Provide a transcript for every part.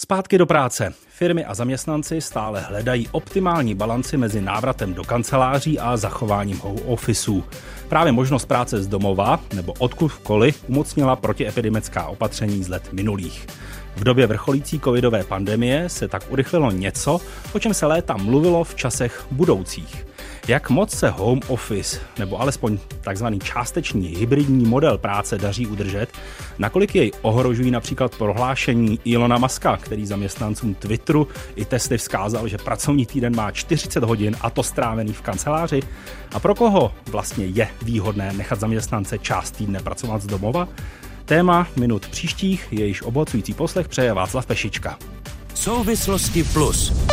Zpátky do práce. Firmy a zaměstnanci stále hledají optimální balanci mezi návratem do kanceláří a zachováním home officeů. Právě možnost práce z domova nebo odkudkoliv umocnila protiepidemická opatření z let minulých. V době vrcholící covidové pandemie se tak urychlilo něco, o čem se léta mluvilo v časech budoucích. Jak moc se home office, nebo alespoň takzvaný částečný hybridní model práce daří udržet, nakolik jej ohrožují například prohlášení Elona Muska, který zaměstnancům Twitteru i Tesly vzkázal, že pracovní týden má 40 hodin a to strávený v kanceláři, a pro koho vlastně je výhodné nechat zaměstnance část týdne pracovat z domova? Téma minut příštích, jejíž obohacující poslech přeje Václav Pešička. Souvislosti plus.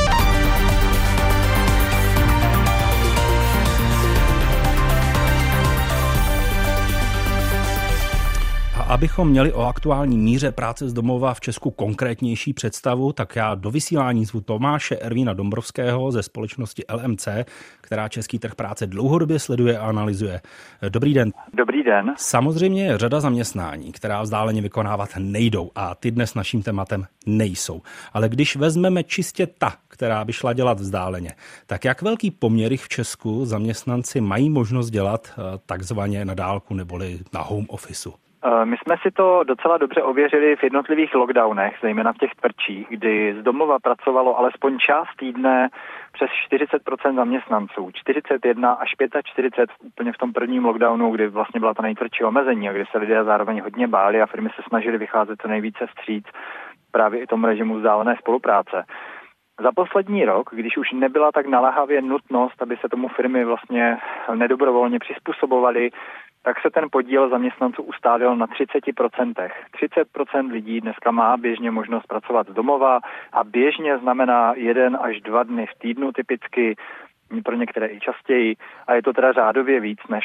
Abychom měli o aktuální míře práce z domova v Česku konkrétnější představu, tak já do vysílání zvu Tomáše Ervína Dombrovského ze společnosti LMC, která český trh práce dlouhodobě sleduje a analyzuje. Dobrý den. Dobrý den. Samozřejmě je řada zaměstnání, která vzdáleně vykonávat nejdou a ty dnes naším tématem nejsou. Ale když vezmeme čistě ta, která by šla dělat vzdáleně, tak jak velký poměr v Česku zaměstnanci mají možnost dělat takzvaně na dálku neboli na home officeu? My jsme si to docela dobře ověřili v jednotlivých lockdownech, zejména v těch tvrdších, kdy z domova pracovalo alespoň část týdne přes 40% zaměstnanců, 41 až 45 úplně v tom prvním lockdownu, kdy vlastně byla to nejtvrdší omezení a kdy se lidé zároveň hodně báli a firmy se snažily vycházet co nejvíce vstříc právě i tomu režimu vzdálené spolupráce. Za poslední rok, když už nebyla tak naléhavě nutnost, aby se tomu firmy vlastně nedobrovolně přizpůsobovaly, tak se ten podíl zaměstnanců ustálil na 30%. 30% lidí dneska má běžně možnost pracovat z domova a běžně znamená 1 až 2 dny v týdnu typicky, pro některé i častěji, a je to teda řádově víc než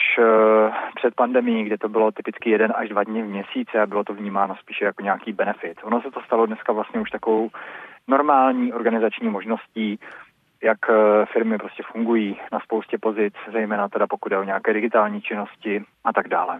před pandemií, kde to bylo typicky 1 až 2 dny v měsíci a bylo to vnímáno spíše jako nějaký benefit. Ono se to stalo dneska vlastně už takovou normální organizační možností, jak firmy prostě fungují na spoustě pozic, zejména teda pokud jde o nějaké digitální činnosti a tak dále.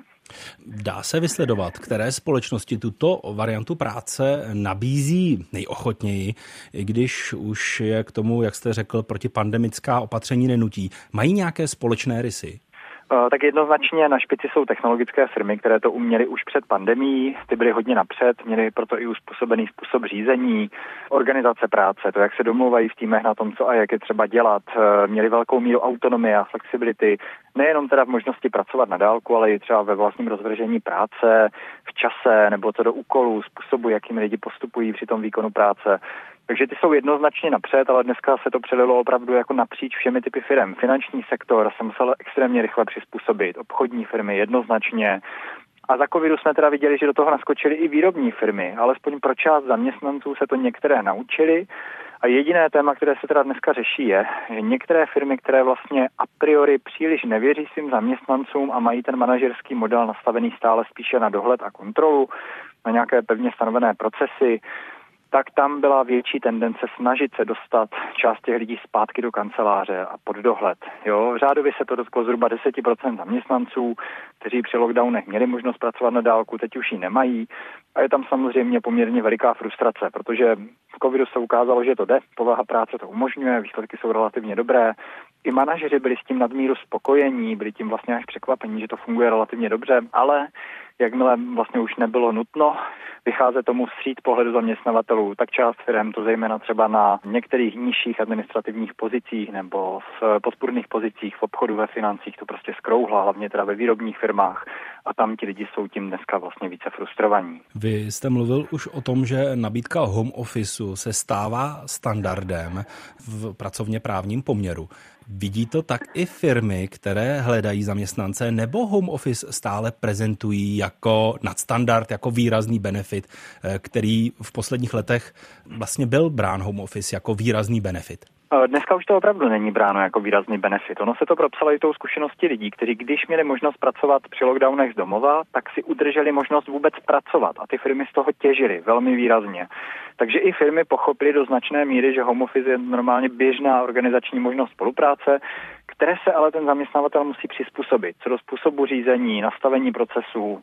Dá se vysledovat, které společnosti tuto variantu práce nabízí nejochotněji, i když už je k tomu, jak jste řekl, protipandemická opatření nenutí. Mají nějaké společné rysy? Tak jednoznačně na špici jsou technologické firmy, které to uměly už před pandemií, ty byly hodně napřed, měly proto i uspůsobený způsob řízení, organizace práce, to, jak se domluvají v týmech na tom, co a jak je třeba dělat, měli velkou míru autonomie a flexibility, nejenom teda v možnosti pracovat na dálku, ale i třeba ve vlastním rozvržení práce, v čase nebo co do úkolů, způsobu, jakým lidi postupují při tom výkonu práce. Takže ty jsou jednoznačně napřed, ale dneska se to přelilo opravdu jako napříč všemi typy firem. Finanční sektor se musel extrémně rychle přizpůsobit, obchodní firmy jednoznačně. A za covidu jsme teda viděli, že do toho naskočily i výrobní firmy. Alespoň pro část zaměstnanců se to některé naučili. A jediné téma, které se teda dneska řeší, je, že některé firmy, které vlastně a priori příliš nevěří svým zaměstnancům a mají ten manažerský model nastavený stále spíše na dohled a kontrolu, na nějaké pevně stanovené procesy, tak tam byla větší tendence snažit se dostat část těch lidí zpátky do kanceláře a pod dohled. Jo, řádově se to dotklo zhruba 10% zaměstnanců, kteří při lockdownech měli možnost pracovat na dálku, teď už ji nemají. A je tam samozřejmě poměrně veliká frustrace, protože v covidu se ukázalo, že to jde, povaha práce to umožňuje, výsledky jsou relativně dobré. I manažeři byli s tím nadmíru spokojení, byli tím vlastně až překvapení, že to funguje relativně dobře, ale jakmile vlastně už nebylo nutno vycházet tomu vstříc pohledu zaměstnavatelů, tak část firem, to zejména třeba na některých nižších administrativních pozicích nebo v podpůrných pozicích v obchodu, ve financích, to prostě skrouhla, hlavně teda ve výrobních firmách, a tam ti lidi jsou tím dneska vlastně více frustrovaní. Vy jste mluvil už o tom, že nabídka home officeu se stává standardem v pracovně právním poměru. Vidí to tak i firmy, které hledají zaměstnance, nebo home office stále prezentují jako nadstandard, jako výrazný benefit, který v posledních letech vlastně byl brán home office jako výrazný benefit? Dneska už to opravdu není bráno jako výrazný benefit. Ono se to propsalo i tou zkušeností lidí, kteří když měli možnost pracovat při lockdownech z domova, tak si udrželi možnost vůbec pracovat a ty firmy z toho těžily velmi výrazně. Takže i firmy pochopily do značné míry, že home office je normálně běžná organizační možnost spolupráce, které se ale ten zaměstnavatel musí přizpůsobit co do způsobu řízení, nastavení procesů, v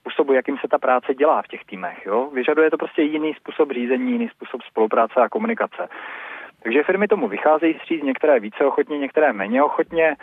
způsobu, jakým se ta práce dělá v těch týmech. Jo? Vyžaduje to prostě jiný způsob řízení, jiný způsob spolupráce a komunikace. Takže firmy tomu vycházejí vstříc, některé více ochotně, některé méně ochotně.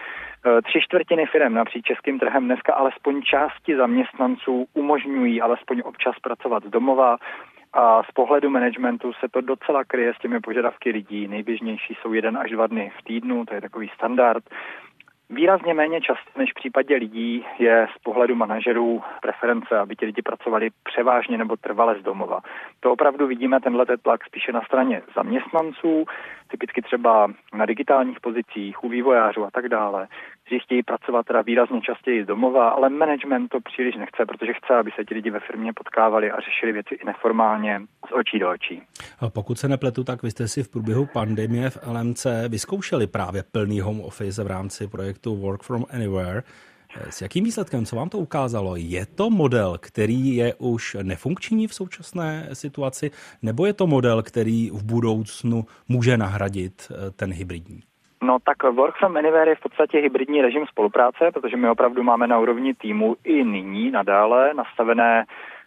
3/4 firem napříč českým trhem dneska alespoň části zaměstnanců umožňují alespoň občas pracovat z domova. A z pohledu managementu se to docela kryje s těmi požadavky lidí. Nejběžnější jsou 1 až 2 dny v týdnu, to je takový standard. Výrazně méně často než v případě lidí je z pohledu manažerů preference, aby ti lidi pracovali převážně nebo trvale z domova. To opravdu vidíme tenhle tlak spíše na straně zaměstnanců, typicky třeba na digitálních pozicích, u vývojářů a tak dále, kteří chtějí pracovat teda výrazně častěji z domova, ale management to příliš nechce, protože chce, aby se ti lidi ve firmě potkávali a řešili věci i neformálně z očí do očí. Pokud se nepletu, tak vy jste si v průběhu pandemie v LMC vyzkoušeli právě plný home office v rámci projektu Work from Anywhere. S jakým výsledkem, co vám to ukázalo? Je to model, který je už nefunkční v současné situaci, nebo je to model, který v budoucnu může nahradit ten hybridní? No tak Work from Anywhere je v podstatě hybridní režim spolupráce, protože my opravdu máme na úrovni týmu i nyní nadále nastavené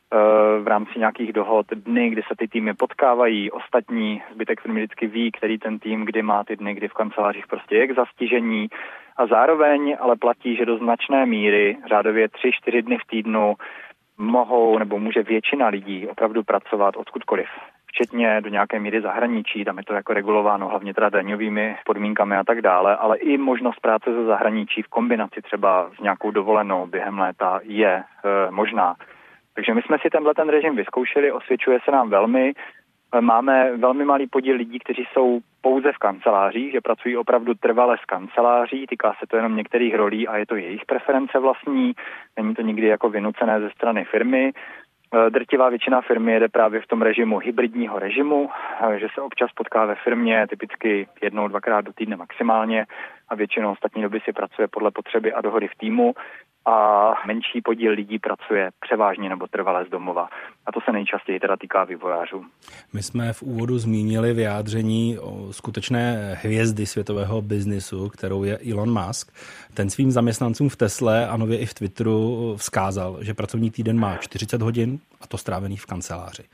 v rámci nějakých dohod dny, kdy se ty týmy potkávají, ostatní zbytek firmy vždycky ví, který ten tým, kdy má ty dny, kdy v kancelářích prostě je k zastižení a zároveň ale platí, že do značné míry, řádově 3-4 dny v týdnu mohou nebo může většina lidí opravdu pracovat odkudkoliv. Včetně do nějaké míry zahraničí, tam je to jako regulováno hlavně teda daňovými podmínkami a tak dále, ale i možnost práce ze zahraničí v kombinaci třeba s nějakou dovolenou během léta je možná. Takže my jsme si ten režim vyzkoušeli, osvědčuje se nám velmi. Máme velmi malý podíl lidí, kteří jsou pouze v kancelářích, že pracují opravdu trvale z kanceláří, týká se to jenom některých rolí a je to jejich preference vlastní, není to nikdy jako vynucené ze strany firmy. Drtivá většina firmy jede právě v tom režimu hybridního režimu, že se občas potká ve firmě, typicky 1-2krát do týdne maximálně a většinou ostatní doby si pracuje podle potřeby a dohody v týmu a menší podíl lidí pracuje převážně nebo trvale z domova. A to se nejčastěji teda týká vývojářů. My jsme v úvodu zmínili vyjádření o skutečné hvězdy světového biznisu, kterou je Elon Musk. Ten svým zaměstnancům v Tesle a nově i v Twitteru vzkázal, že pracovní týden má 40 hodin a to strávený v kanceláři.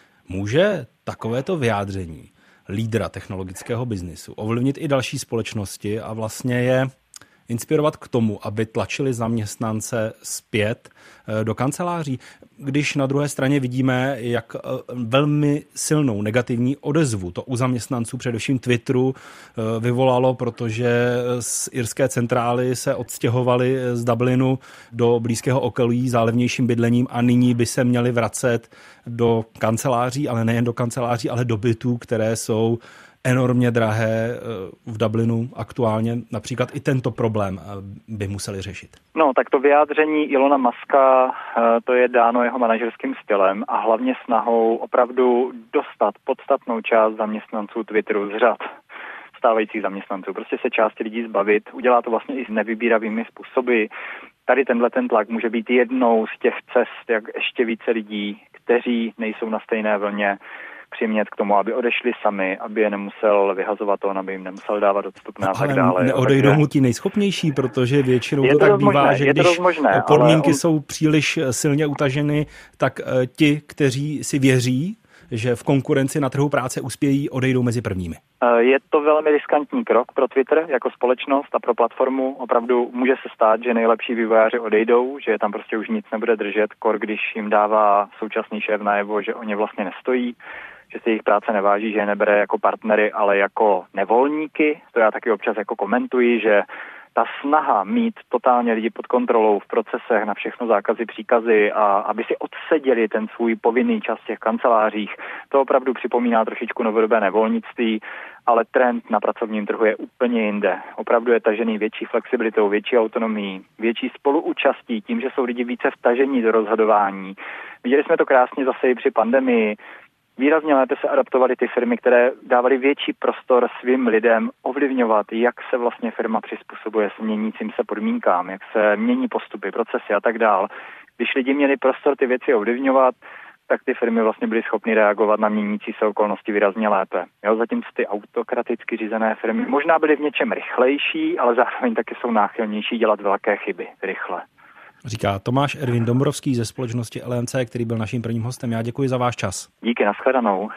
Může takovéto vyjádření lídra technologického biznisu ovlivnit i další společnosti a vlastně je inspirovat k tomu, aby tlačili zaměstnance zpět do kanceláří, když na druhé straně vidíme, jak velmi silnou negativní odezvu to u zaměstnanců, především Twitteru, vyvolalo, protože z irské centrály se odstěhovali z Dublinu do blízkého okolí za levnějším bydlením a nyní by se měli vracet do kanceláří, ale nejen do kanceláří, ale do bytů, které jsou enormně drahé v Dublinu aktuálně. Například i tento problém by museli řešit. No, tak to vyjádření Ilona Muska, to je dáno jeho manažerským stylem a hlavně snahou opravdu dostat podstatnou část zaměstnanců Twitteru z řad stávajících zaměstnanců. Prostě se části lidí zbavit. Udělá to vlastně i s nevybíravými způsoby. Tady ten tlak může být jednou z těch cest, jak ještě více lidí, kteří nejsou na stejné vlně, přimět k tomu, aby odešli sami, aby je nemusel vyhazovat on, aby jim nemusel dávat odstupné a tak dále. Ale neodejdou mu ti nejschopnější, protože většinou to tak bývá, že když podmínky jsou příliš silně utaženy, tak ti, kteří si věří, že v konkurenci na trhu práce uspějí, odejdou mezi prvními. Je to velmi riskantní krok pro Twitter jako společnost a pro platformu. Opravdu může se stát, že nejlepší vývojáři odejdou, že tam prostě už nic nebude držet, když jim dává současný šéf najevo, že oni vlastně nestojí, že se jejich práce neváží, že je nebere jako partnery, ale jako nevolníky. To já taky občas jako komentuji, že ta snaha mít totálně lidi pod kontrolou v procesech na všechno zákazy, příkazy a aby si odseděli ten svůj povinný čas v těch kancelářích, to opravdu připomíná trošičku novodobé nevolnictví, ale trend na pracovním trhu je úplně jinde. Opravdu je tažený větší flexibilitou, větší autonomií, větší spoluúčastí, tím, že jsou lidi více vtažení do rozhodování. Viděli jsme to krásně zase i při pandemii. Výrazně lépe se adaptovaly ty firmy, které dávaly větší prostor svým lidem ovlivňovat, jak se vlastně firma přizpůsobuje s měnícím se podmínkám, jak se mění postupy, procesy a tak dál. Když lidi měli prostor ty věci ovlivňovat, tak ty firmy vlastně byly schopny reagovat na měnící se okolnosti výrazně lépe. Jo, zatímco ty autokraticky řízené firmy možná byly v něčem rychlejší, ale zároveň taky jsou náchylnější dělat velké chyby rychle. Říká Tomáš Ervin Dombrovský ze společnosti LMC, který byl naším prvním hostem. Já děkuji za váš čas. Díky, nashledanou.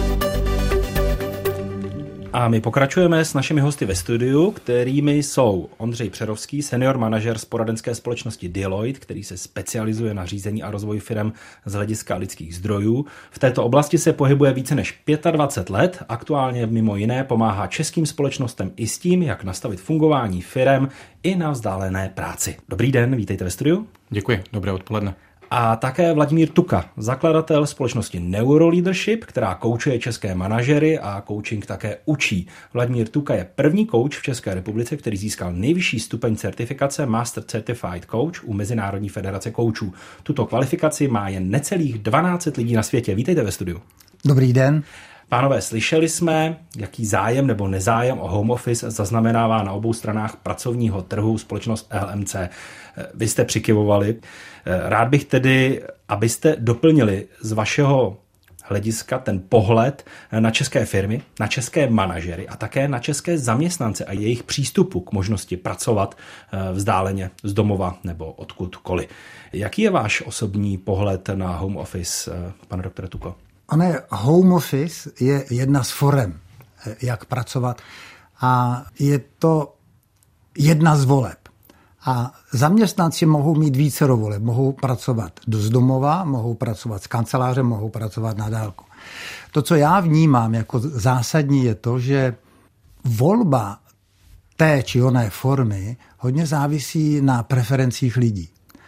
A my pokračujeme s našimi hosty ve studiu, kterými jsou Ondřej Přerovský, senior manažer z poradenské společnosti Deloitte, který se specializuje na řízení a rozvoj firem z hlediska lidských zdrojů. V této oblasti se pohybuje více než 25 let. Aktuálně mimo jiné pomáhá českým společnostem i s tím, jak nastavit fungování firem i na vzdálené práci. Dobrý den, vítejte ve studiu. Děkuji, dobré odpoledne. A také Vladimír Tuka, zakladatel společnosti Neuroleadership, která koučuje české manažery a coaching také učí. Vladimír Tuka je první coach v České republice, který získal nejvyšší stupeň certifikace Master Certified Coach u Mezinárodní federace koučů. Tuto kvalifikaci má jen necelých 12 lidí na světě. Vítejte ve studiu. Dobrý den. Pánové, slyšeli jsme, jaký zájem nebo nezájem o home office zaznamenává na obou stranách pracovního trhu společnost LMC. Vy jste přikyvovali. Rád bych tedy, abyste doplnili z vašeho hlediska ten pohled na české firmy, na české manažery a také na české zaměstnance a jejich přístupu k možnosti pracovat vzdáleně z domova nebo odkudkoliv. Jaký je váš osobní pohled na home office, pane doktore Tuko? Home office je jedna z forem, jak pracovat, a je to jedna z voleb. A zaměstnanci mohou mít vícero voleb. Mohou pracovat z domova, mohou pracovat z kanceláře, mohou pracovat na dálku. To, co já vnímám jako zásadní, je to, že volba té či oné formy hodně závisí na preferencích lidí.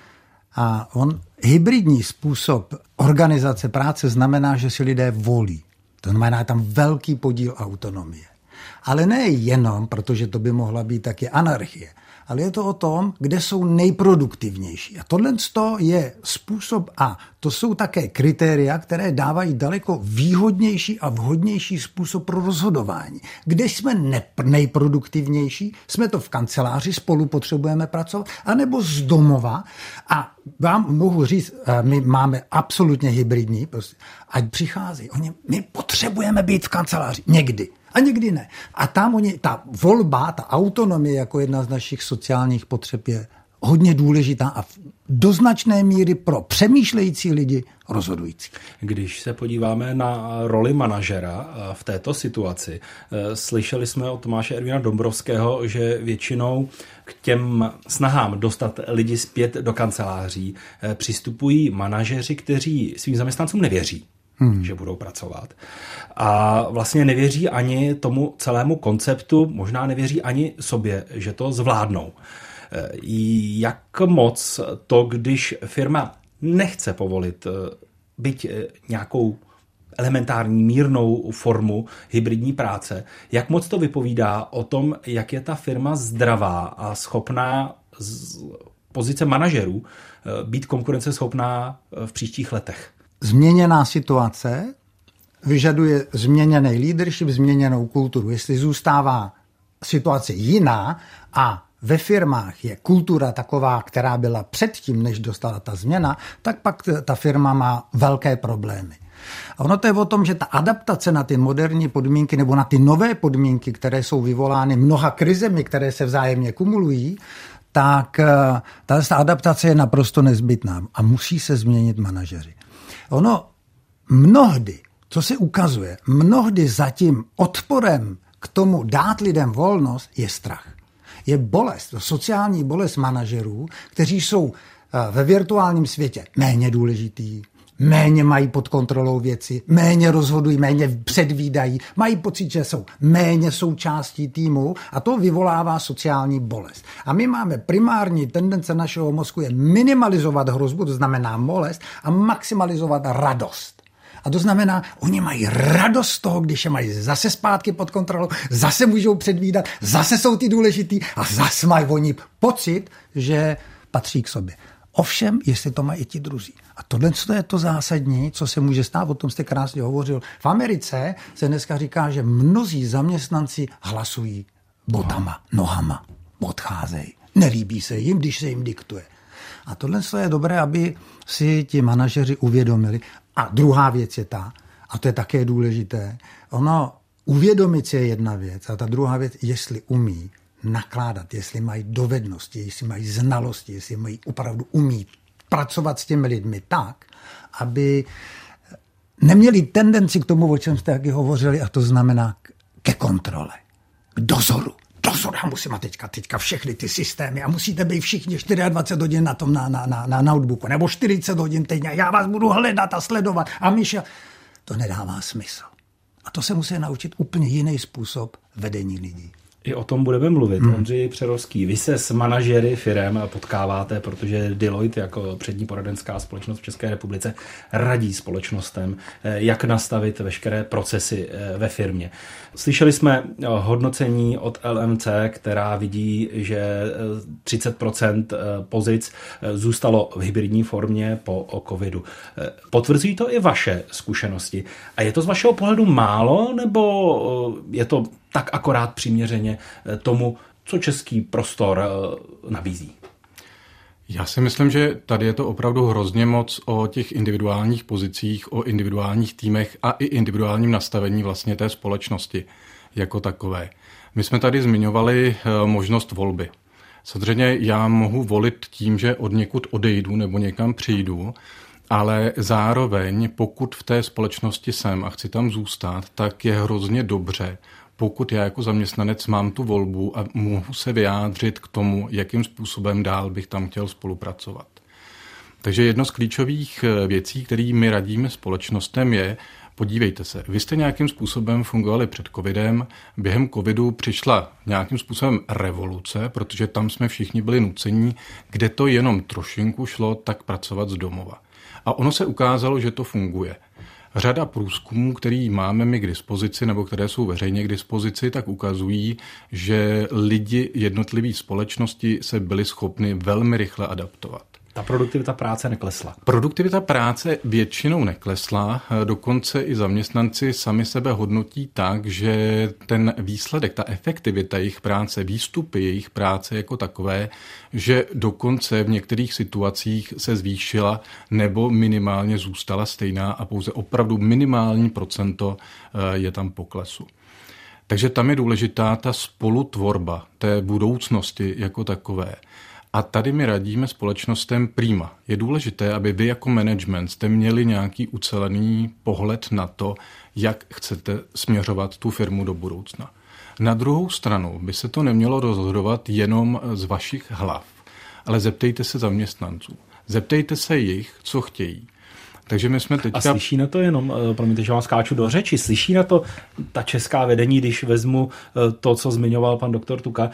A hybridní způsob organizace práce znamená, že si lidé volí. To znamená tam velký podíl autonomie. Ale ne jenom, protože to by mohla být taky anarchie, ale je to o tom, kde jsou nejproduktivnější. A tohle je způsob a to jsou také kritéria, které dávají daleko výhodnější a vhodnější způsob pro rozhodování. Kde jsme nejproduktivnější, jsme to v kanceláři, spolu potřebujeme pracovat, anebo z domova. A vám mohu říct, my máme absolutně hybridní, ať přichází. My potřebujeme být v kanceláři někdy. A někdy ne. A tam ta volba, ta autonomie jako jedna z našich sociálních potřeb je hodně důležitá a do značné míry pro přemýšlející lidi rozhodující. Když se podíváme na roli manažera v této situaci, slyšeli jsme od Tomáše Ervina Dombrovského, že většinou k těm snahám dostat lidi zpět do kanceláří přistupují manažeři, kteří svým zaměstnancům nevěří. Že budou pracovat. A vlastně nevěří ani tomu celému konceptu, možná nevěří ani sobě, že to zvládnou. Jak moc to, když firma nechce povolit byť nějakou elementární mírnou formu hybridní práce, jak moc to vypovídá o tom, jak je ta firma zdravá a schopná z pozice manažerů být konkurenceschopná v příštích letech? Změněná situace vyžaduje změněný leadership, změněnou kulturu. Jestli zůstává situace jiná a ve firmách je kultura taková, která byla předtím, než dostala ta změna, tak pak ta firma má velké problémy. A ono to je o tom, že ta adaptace na ty moderní podmínky nebo na ty nové podmínky, které jsou vyvolány mnoha krizemi, které se vzájemně kumulují, tak ta adaptace je naprosto nezbytná a musí se změnit manažeři. Mnohdy, co se ukazuje, mnohdy za tím odporem k tomu dát lidem volnost je strach. Je bolest, sociální bolest manažerů, kteří jsou ve virtuálním světě méně důležitý, méně mají pod kontrolou věci, méně rozhodují, méně předvídají, mají pocit, že jsou méně součástí týmu a to vyvolává sociální bolest. A my máme primární tendence našeho mozku je minimalizovat hrozbu, to znamená bolest, a maximalizovat radost. A to znamená, oni mají radost z toho, když je mají zase zpátky pod kontrolou, zase můžou předvídat, zase jsou ty důležitý a zase mají oni pocit, že patří k sobě. Ovšem, jestli to mají i ti druzí. A tohle je to zásadní, co se může stát, o tom jste krásně hovořil. V Americe se dneska říká, že mnozí zaměstnanci hlasují botama, nohama, odcházejí. Nelíbí se jim, když se jim diktuje. A tohle je dobré, aby si ti manažeři uvědomili. A druhá věc je a to je také důležité, uvědomit si je jedna věc a ta druhá věc, jestli umí nakládat, jestli mají dovednosti, jestli mají znalosti, jestli mají opravdu umít pracovat s těmi lidmi tak, aby neměli tendenci k tomu, o čem jste taky hovořili, a to znamená ke kontrole, k dozoru. Dozor, já musím teďka všechny ty systémy a musíte být všichni 24 hodin na tom na notebooku, nebo 40 hodin týdně, já vás budu hledat a sledovat a Míša, to nedává smysl. A to se musí naučit úplně jiný způsob vedení lidí. I o tom budeme mluvit. Ondřej Přerovský, vy se s manažery firem potkáváte, protože Deloitte jako přední poradenská společnost v České republice radí společnostem, jak nastavit veškeré procesy ve firmě. Slyšeli jsme hodnocení od LMC, která vidí, že 30% pozic zůstalo v hybridní formě po covidu. Potvrzují to i vaše zkušenosti. A je to z vašeho pohledu málo, nebo je to tak akorát přiměřeně tomu, co český prostor nabízí? Já si myslím, že tady je to opravdu hrozně moc o těch individuálních pozicích, o individuálních týmech a i individuálním nastavení vlastně té společnosti jako takové. My jsme tady zmiňovali možnost volby. Samozřejmě já mohu volit tím, že od někud odejdu nebo někam přijdu, ale zároveň, pokud v té společnosti jsem a chci tam zůstat, tak je hrozně dobře, pokud já jako zaměstnanec mám tu volbu a mohu se vyjádřit k tomu, jakým způsobem dál bych tam chtěl spolupracovat. Takže jedno z klíčových věcí, které my radíme společnostem, je, podívejte se, vy jste nějakým způsobem fungovali před covidem, během covidu přišla nějakým způsobem revoluce, protože tam jsme všichni byli nuceni, kde to jenom trošinku šlo, tak pracovat z domova. A ono se ukázalo, že to funguje. Řada průzkumů, který máme my k dispozici, nebo které jsou veřejně k dispozici, tak ukazují, že lidi jednotlivé společnosti se byli schopni velmi rychle adaptovat. Ta produktivita práce neklesla. Produktivita práce většinou neklesla, dokonce i zaměstnanci sami sebe hodnotí tak, že ten výsledek, ta efektivita jejich práce, výstupy jejich práce jako takové, že dokonce v některých situacích se zvýšila nebo minimálně zůstala stejná a pouze opravdu minimální procento je tam poklesu. Takže tam je důležitá ta spolutvorba té budoucnosti jako takové. A tady my radíme společnostem prima. Je důležité, aby vy jako management jste měli nějaký ucelený pohled na to, jak chcete směřovat tu firmu do budoucna. Na druhou stranu by se to nemělo rozhodovat jenom z vašich hlav, ale zeptejte se zaměstnanců. Zeptejte se jich, co chtějí. Takže my jsme teďka... A slyší na to jenom, promiňte, že vám skáču do řeči, slyší na to ta česká vedení, když vezmu to, co zmiňoval pan doktor Tuka,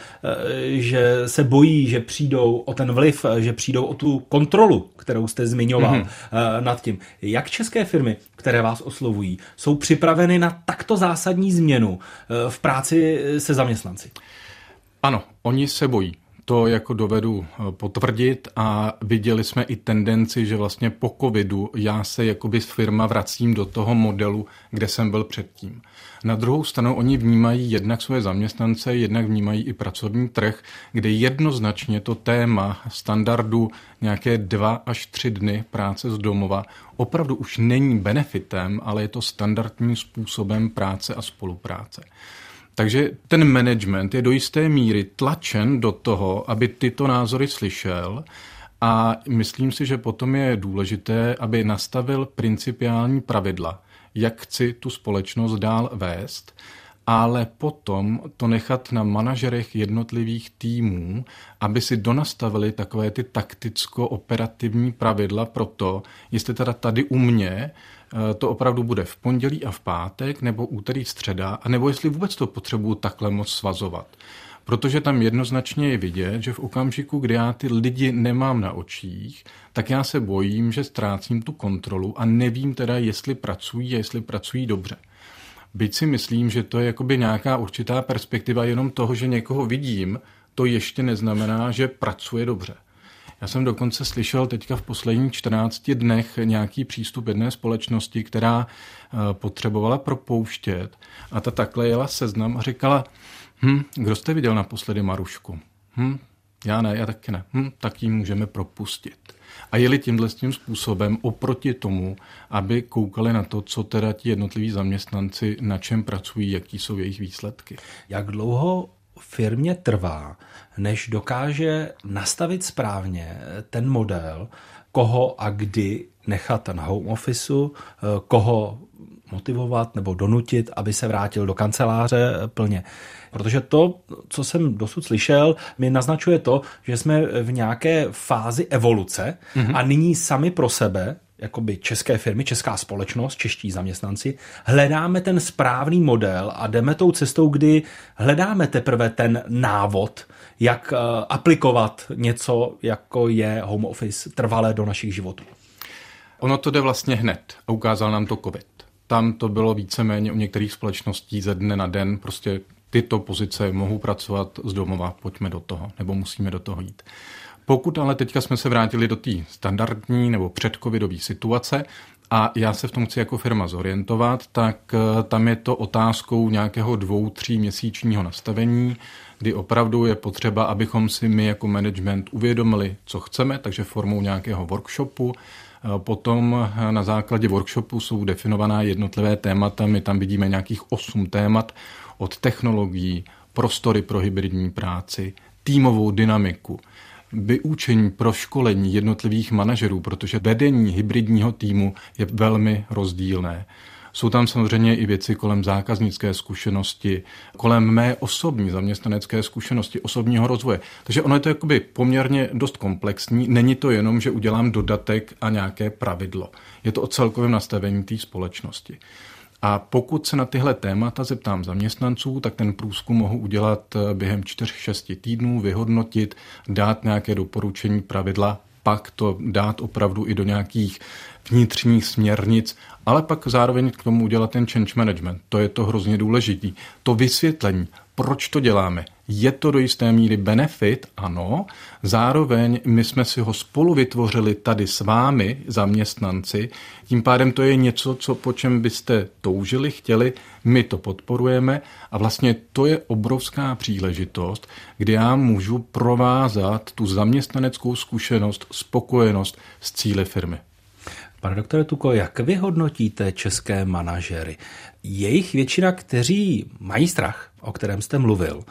že se bojí, že přijdou o ten vliv, že přijdou o tu kontrolu, kterou jste zmiňoval nad tím. Jak české firmy, které vás oslovují, jsou připraveny na takto zásadní změnu v práci se zaměstnanci? Ano, oni se bojí. To jako dovedu potvrdit a viděli jsme i tendenci, že vlastně po covidu já se jakoby firma vracím do toho modelu, kde jsem byl předtím. Na druhou stranu oni vnímají jednak své zaměstnance, jednak vnímají i pracovní trh, kde jednoznačně to téma standardu nějaké 2 až 3 dny práce z domova opravdu už není benefitem, ale je to standardním způsobem práce a spolupráce. Takže ten management je do jisté míry tlačen do toho, aby tyto názory slyšel a myslím si, že potom je důležité, aby nastavil principiální pravidla, jak chci tu společnost dál vést, ale potom to nechat na manažerech jednotlivých týmů, aby si donastavili takové ty takticko-operativní pravidla pro to, jestli teda tady u mě to opravdu bude v pondělí a v pátek, nebo úterý, středa, a nebo jestli vůbec to potřebuju takhle moc svazovat. Protože tam jednoznačně je vidět, že v okamžiku, kdy já ty lidi nemám na očích, tak já se bojím, že ztrácím tu kontrolu a nevím teda, jestli pracují a jestli pracují dobře. Byť si myslím, že to je jakoby nějaká určitá perspektiva jenom toho, že někoho vidím, to ještě neznamená, že pracuje dobře. Já jsem dokonce slyšel teďka v posledních 14 dnech nějaký přístup jedné společnosti, která potřebovala propouštět a ta takhle jela seznam a říkala, kdo jste viděl naposledy Marušku? Já ne, já taky ne. Tak ji můžeme propustit. A jeli tímhle tím způsobem oproti tomu, aby koukali na to, co teda ti jednotliví zaměstnanci, na čem pracují, jaký jsou jejich výsledky. Jak dlouho firmě trvá, než dokáže nastavit správně ten model, koho a kdy nechat na home officeu, koho motivovat nebo donutit, aby se vrátil do kanceláře plně. Protože to, co jsem dosud slyšel, mi naznačuje to, že jsme v nějaké fázi evoluce a nyní sami pro sebe, jakoby české firmy, česká společnost, čeští zaměstnanci, hledáme ten správný model a jdeme tou cestou, kdy hledáme teprve ten návod, jak aplikovat něco, jako je home office, trvalé do našich životů. Ono to jde vlastně hned a ukázal nám to COVID. Tam to bylo víceméně u některých společností ze dne na den, prostě tyto pozice mohou pracovat z domova, pojďme do toho, nebo musíme do toho jít. Pokud ale teďka jsme se vrátili do té standardní nebo předcovidové situace a já se v tom chci jako firma zorientovat, tak tam je to otázkou nějakého 2-3 měsíčního nastavení, kdy opravdu je potřeba, abychom si my jako management uvědomili, co chceme, takže formou nějakého workshopu. Potom na základě workshopu jsou definovaná jednotlivé témata, my tam vidíme nějakých 8 témat od technologií, prostory pro hybridní práci, týmovou dynamiku, vyučení pro školení jednotlivých manažerů, protože vedení hybridního týmu je velmi rozdílné. Jsou tam samozřejmě i věci kolem zákaznické zkušenosti, kolem mé osobní zaměstnanecké zkušenosti, osobního rozvoje. Takže ono je to jakoby poměrně dost komplexní. Není to jenom, že udělám dodatek a nějaké pravidlo. Je to o celkovém nastavení té společnosti. A pokud se na tyhle témata zeptám zaměstnanců, tak ten průzkum mohu udělat během 4-6 týdnů, vyhodnotit, dát nějaké doporučení pravidla, pak to dát opravdu i do nějakých vnitřních směrnic, ale pak zároveň k tomu udělat ten change management. To je to hrozně důležitý. To vysvětlení, proč to děláme. Je to do jisté míry benefit, ano, zároveň my jsme si ho spolu vytvořili tady s vámi, zaměstnanci, tím pádem to je něco, po čem byste toužili, chtěli, my to podporujeme a vlastně to je obrovská příležitost, kdy já můžu provázat tu zaměstnaneckou zkušenost, spokojenost s cíli firmy. Pane doktore Tuko, jak vy hodnotíte české manažery? Je jich většina, kteří mají strach, o kterém jste mluvil,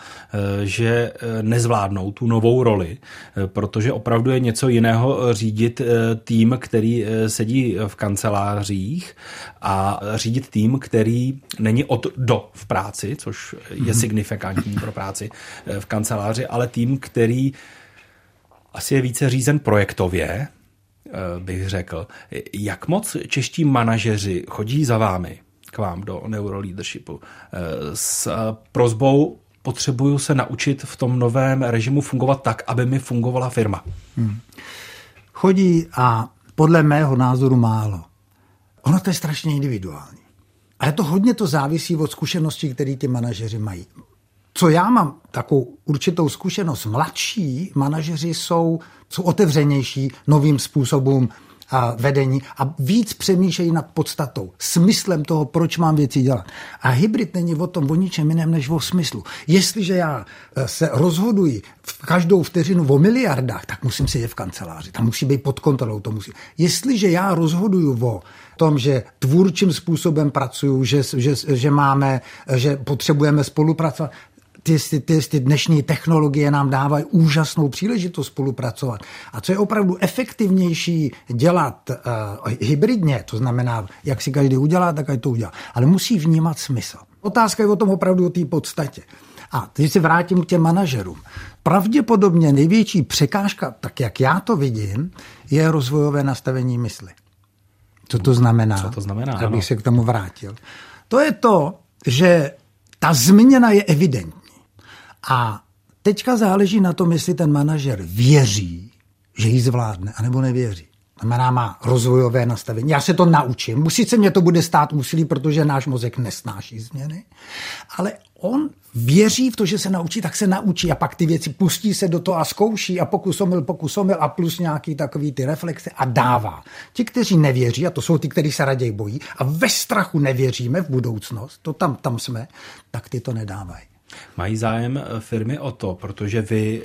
že nezvládnou tu novou roli, protože opravdu je něco jiného řídit tým, který sedí v kancelářích a řídit tým, který není od do v práci, což je signifikantní pro práci v kanceláři, ale tým, který asi je více řízen projektově, bych řekl. Jak moc čeští manažeři chodí za vámi k vám do neuroleadershipu s prosbou, potřebuju se naučit v tom novém režimu fungovat tak, aby mi fungovala firma? Chodí a podle mého názoru málo. Ono to je strašně individuální. Ale to hodně to závisí od zkušeností, které ty manažeři mají. Co já mám takovou určitou zkušenost, mladší manažeři jsou otevřenější novým způsobům vedení a víc přemýšlejí nad podstatou, smyslem toho, proč mám věci dělat. A hybrid není o ničem jiném než o smyslu. Jestliže já se rozhoduji v každou vteřinu o miliardách, tak musím sedět v kanceláři. Tam musí být pod kontrolou. Jestliže já rozhoduju o tom, že tvůrčím způsobem pracuju, že potřebujeme spolupracovat, ty dnešní technologie nám dávají úžasnou příležitost spolupracovat. A co je opravdu efektivnější dělat hybridně, to znamená, jak si každý udělá, tak ať to udělá. Ale musí vnímat smysl. Otázka je o tom opravdu o té podstatě. A teď se vrátím k těm manažerům. Pravděpodobně největší překážka, tak jak já to vidím, je rozvojové nastavení mysli. Co to znamená? Co to znamená? Abych se k tomu vrátil. To je to, že ta změna je evidentní. A teďka záleží na tom, jestli ten manažer věří, že ji zvládne, anebo nevěří. Znamená, má rozvojové nastavení. Já se to naučím. Sice mě to bude stát úsilí, protože náš mozek nesnáší změny, ale on věří v to, že se naučí, tak se naučí a pak ty věci pustí se do toho a zkouší a pokus omyl a plus nějaký takový ty reflexe a dává. Ti, kteří nevěří, a to jsou ty, kteří se raději bojí a ve strachu nevěříme v budoucnost, to tam jsme, tak ty to nedávají. Mají zájem firmy o to, protože vy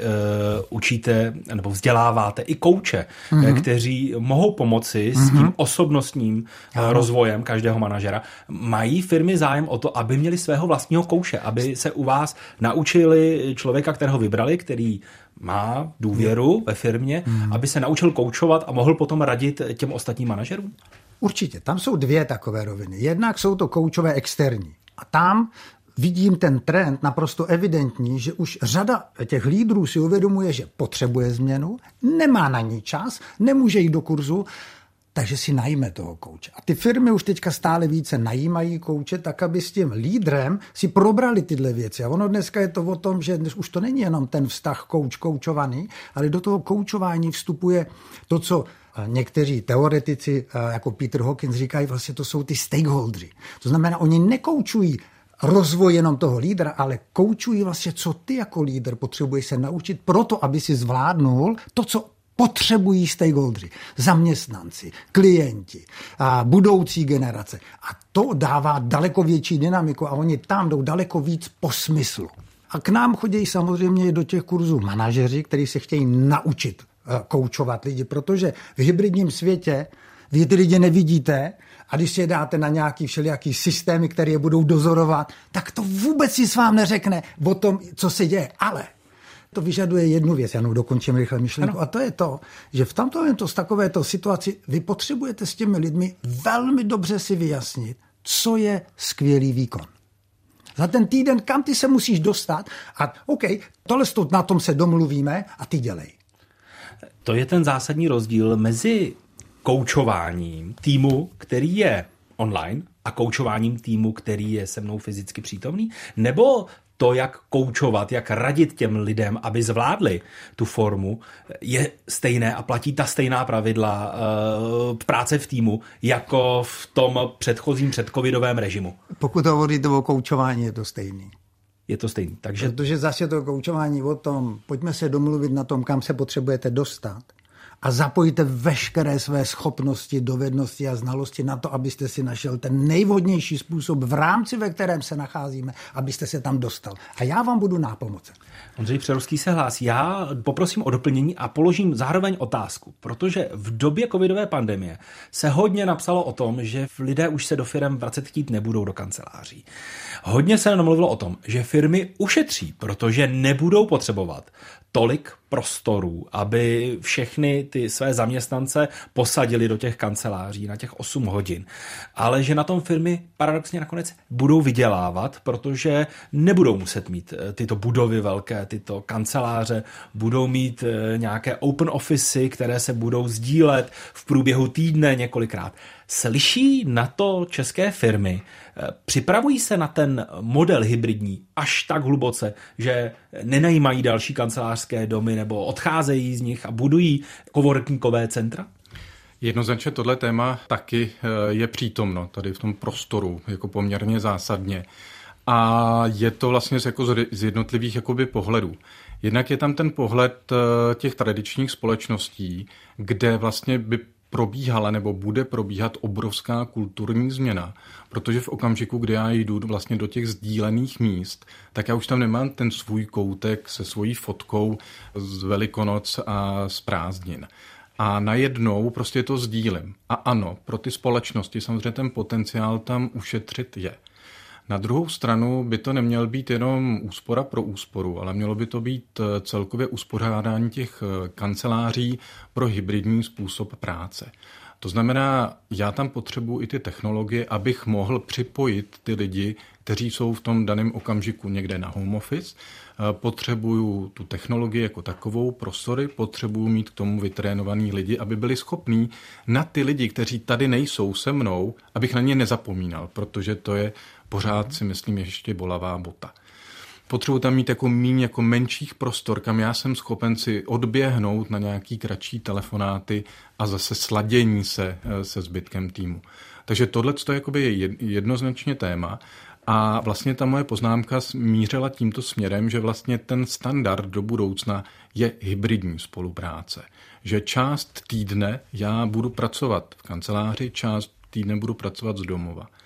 učíte nebo vzděláváte i kouče, kteří mohou pomoci s tím osobnostním rozvojem každého manažera. Mají firmy zájem o to, aby měli svého vlastního kouče, aby se u vás naučili člověka, kterého vybrali, který má důvěru ve firmě, aby se naučil koučovat a mohl potom radit těm ostatním manažerům? Určitě. Tam jsou dvě takové roviny. Jednak jsou to koučové externí. A tam vidím ten trend naprosto evidentní, že už řada těch lídrů si uvědomuje, že potřebuje změnu, nemá na ní čas, nemůže jít do kurzu, takže si najme toho kouče. A ty firmy už teďka stále více najímají kouče, tak aby s tím lídrem si probrali tyhle věci. A ono dneska je to o tom, že už to není jenom ten vztah koučovaný, ale do toho koučování vstupuje to, co někteří teoretici jako Peter Hawkins říkají, vlastně to jsou ty stakeholdři. To znamená, oni nekoučují rozvoj jenom toho lídra, ale koučují vlastně, co ty jako lídr potřebuješ se naučit proto, aby si zvládnul to, co potřebují stakeholdři, zaměstnanci, klienti, a budoucí generace. A to dává daleko větší dynamiku a oni tam jdou daleko víc po smyslu. A k nám chodí samozřejmě do těch kurzů manažeři, kteří se chtějí naučit koučovat lidi, protože v hybridním světě vy ty lidi nevidíte a když si je dáte na nějaký všelijaký systémy, které je budou dozorovat, tak to vůbec nic vám neřekne o tom, co se děje. Ale to vyžaduje jednu věc, já dokončím rychle myšlenku, a to je to, že v tomto z takovéto situaci vy potřebujete s těmi lidmi velmi dobře si vyjasnit, co je skvělý výkon. Za ten týden, kam ty se musíš dostat a OK, na tom se domluvíme a ty dělej. To je ten zásadní rozdíl mezi koučováním týmu, který je online, a koučováním týmu, který je se mnou fyzicky přítomný? Nebo to, jak koučovat, jak radit těm lidem, aby zvládli tu formu, je stejné a platí ta stejná pravidla práce v týmu, jako v tom předchozím předcovidovém režimu? Pokud hovoříte o koučování, je to stejný. Je to stejný. Protože zase to koučování o tom, pojďme se domluvit na tom, kam se potřebujete dostat a zapojíte veškeré své schopnosti, dovednosti a znalosti na to, abyste si našel ten nejvhodnější způsob v rámci, ve kterém se nacházíme, abyste se tam dostal. A já vám budu nápomocen. Ondřej Přerovský se hlásí. Já poprosím o doplnění a položím zároveň otázku, protože v době covidové pandemie se hodně napsalo o tom, že lidé už se do firem vracet chtít nebudou do kanceláří. Hodně se namluvilo o tom, že firmy ušetří, protože nebudou potřebovat tolik prostorů, aby všechny ty své zaměstnance posadili do těch kanceláří na těch 8 hodin. Ale že na tom firmy paradoxně nakonec budou vydělávat, protože nebudou muset mít tyto budovy velké, tyto kanceláře, budou mít nějaké open office, které se budou sdílet v průběhu týdne několikrát. Slyší na to české firmy? Připravují se na ten model hybridní až tak hluboce, že nenajímají další kancelářské domy nebo odcházejí z nich a budují coworkingové centra? Jednoznačně tohle téma taky je přítomno tady v tom prostoru jako poměrně zásadně. A je to vlastně z jednotlivých jakoby pohledů. Jednak je tam ten pohled těch tradičních společností, kde vlastně by probíhala nebo bude probíhat obrovská kulturní změna, protože v okamžiku, kdy já jdu vlastně do těch sdílených míst, tak já už tam nemám ten svůj koutek se svojí fotkou z Velikonoc a z prázdnin. A najednou prostě to sdílím. A ano, pro ty společnosti samozřejmě ten potenciál tam ušetřit je. Na druhou stranu by to neměl být jenom úspora pro úsporu, ale mělo by to být celkově uspořádání těch kanceláří pro hybridní způsob práce. To znamená, já tam potřebuji i ty technologie, abych mohl připojit ty lidi, kteří jsou v tom daném okamžiku někde na home office. Potřebuju tu technologii jako takovou, prostory, potřebuju mít k tomu vytrénovaný lidi, aby byli schopní na ty lidi, kteří tady nejsou se mnou, abych na ně nezapomínal, protože to je pořád, si myslím, ještě bolavá bota. Potřebuji tam mít jako menších prostor, kam já jsem schopen si odběhnout na nějaký kratší telefonáty a zase sladění se zbytkem týmu. Takže tohle je jednoznačně téma. A vlastně ta moje poznámka mířila tímto směrem, že vlastně ten standard do budoucna je hybridní spolupráce. Že část týdne já budu pracovat v kanceláři, část týdne budu pracovat z domova.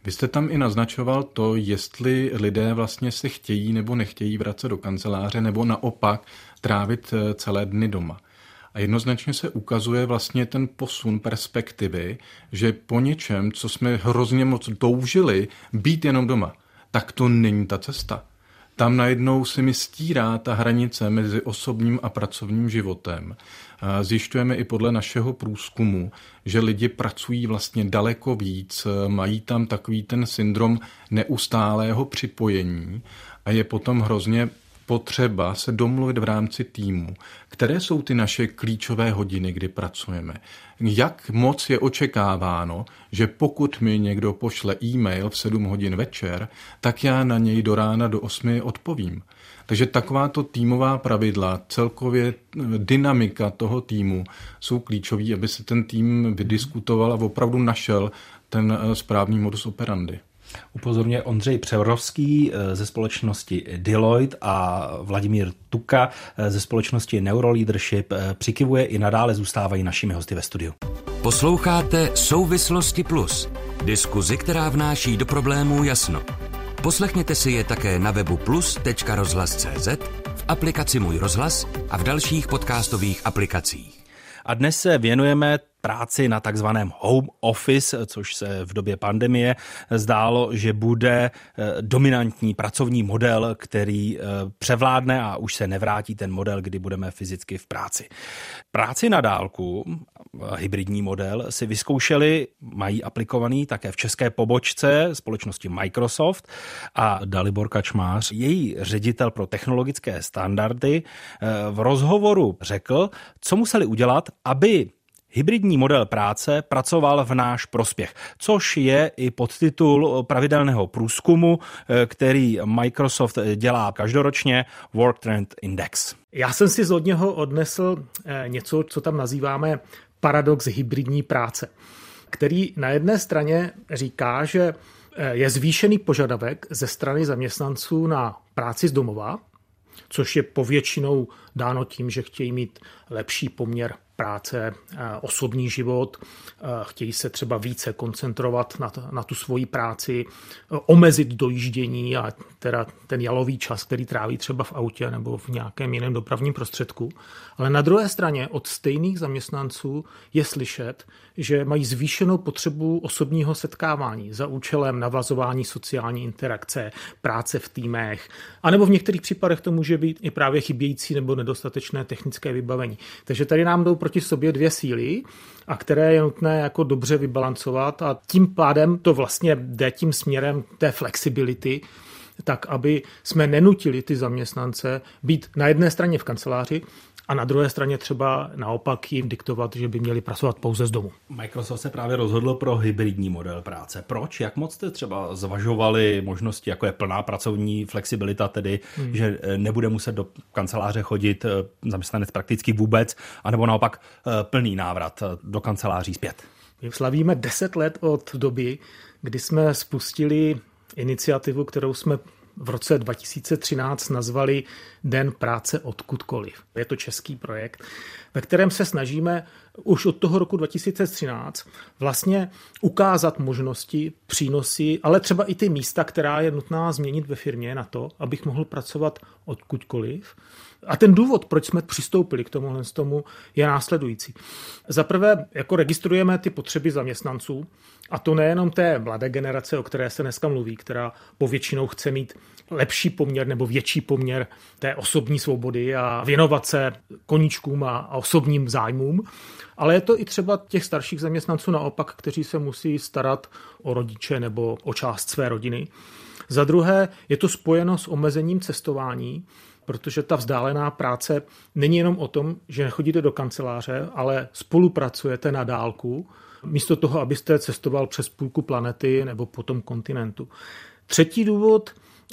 Vy jste tam i naznačoval to, jestli lidé vlastně se chtějí nebo nechtějí vracet do kanceláře, nebo naopak trávit celé dny doma. A jednoznačně se ukazuje vlastně ten posun perspektivy, že po něčem, co jsme hrozně moc toužili, být jenom doma, tak to není ta cesta. Tam najednou se mi stírá ta hranice mezi osobním a pracovním životem. Zjišťujeme i podle našeho průzkumu, že lidi pracují vlastně daleko víc, mají tam takový ten syndrom neustálého připojení a je potom hrozně potřeba se domluvit v rámci týmu, které jsou ty naše klíčové hodiny, kdy pracujeme. Jak moc je očekáváno, že pokud mi někdo pošle e-mail v 7 hodin večer, tak já na něj do rána do 8 odpovím. Takže takováto týmová pravidla, celkově dynamika toho týmu jsou klíčový, aby se ten tým vydiskutoval a opravdu našel ten správný modus operandi. Upozorňuje Ondřej Převorovský ze společnosti Deloitte a Vladimír Tuka ze společnosti Neuroleadership. Přikivuje i nadále zůstávají našimi hosty ve studiu. Posloucháte Souvislosti Plus, diskuzi, která vnáší do problémů jasno. Poslechněte si je také na webu plus.rozhlas.cz, v aplikaci Můj rozhlas a v dalších podcastových aplikacích. A dnes se věnujeme práci na takzvaném home office, což se v době pandemie zdálo, že bude dominantní pracovní model, který převládne a už se nevrátí ten model, kdy budeme fyzicky v práci. Práci na dálku, hybridní model, si vyzkoušeli, mají aplikovaný také v české pobočce společnosti Microsoft a Dalibor Kačmář, její ředitel pro technologické standardy, v rozhovoru řekl, co museli udělat, aby hybridní model práce pracoval v náš prospěch, což je i podtitul pravidelného průzkumu, který Microsoft dělá každoročně, Work Trend Index. Já jsem si od něho odnesl něco, co tam nazýváme paradox hybridní práce, který na jedné straně říká, že je zvýšený požadavek ze strany zaměstnanců na práci z domova, což je povětšinou dáno tím, že chtějí mít lepší poměr práce, osobní život, chtějí se třeba více koncentrovat na tu svoji práci, omezit dojíždění a teda ten jalový čas, který tráví třeba v autě nebo v nějakém jiném dopravním prostředku. Ale na druhé straně od stejných zaměstnanců je slyšet, že mají zvýšenou potřebu osobního setkávání za účelem navazování sociální interakce, práce v týmech, anebo v některých případech to může být i právě chybějící nebo nedostatečné technické vybavení. Takže tady nám jdou proti sobě dvě síly, a které je nutné jako dobře vybalancovat a tím pádem to vlastně jde tím směrem té flexibility, tak aby jsme nenutili ty zaměstnance být na jedné straně v kanceláři a na druhé straně třeba naopak jim diktovat, že by měli pracovat pouze z domu. Microsoft se právě rozhodl pro hybridní model práce. Proč? Jak moc jste třeba zvažovali možnosti, jako je plná pracovní flexibilita, tedy že nebude muset do kanceláře chodit zaměstnanec prakticky vůbec, anebo naopak plný návrat do kanceláří zpět? My slavíme 10 let od doby, kdy jsme spustili iniciativu, kterou jsme v roce 2013 nazvali Den práce odkudkoliv. Je to český projekt, ve kterém se snažíme už od toho roku 2013 vlastně ukázat možnosti, přínosy, ale třeba i ty místa, která je nutná změnit ve firmě na to, abych mohl pracovat odkudkoliv. A ten důvod, proč jsme přistoupili k tomu, je následující. Za prvé, jako registrujeme ty potřeby zaměstnanců, a to nejenom té mladé generace, o které se dneska mluví, která povětšinou chce mít lepší poměr nebo větší poměr té osobní svobody a věnovat se koníčkům a osobním zájmům, ale je to i třeba těch starších zaměstnanců naopak, kteří se musí starat o rodiče nebo o část své rodiny. Za druhé, je to spojeno s omezením cestování, protože ta vzdálená práce není jenom o tom, že nechodíte do kanceláře, ale spolupracujete na dálku, místo toho, abyste cestoval přes půlku planety nebo po tom kontinentu. Třetí důvod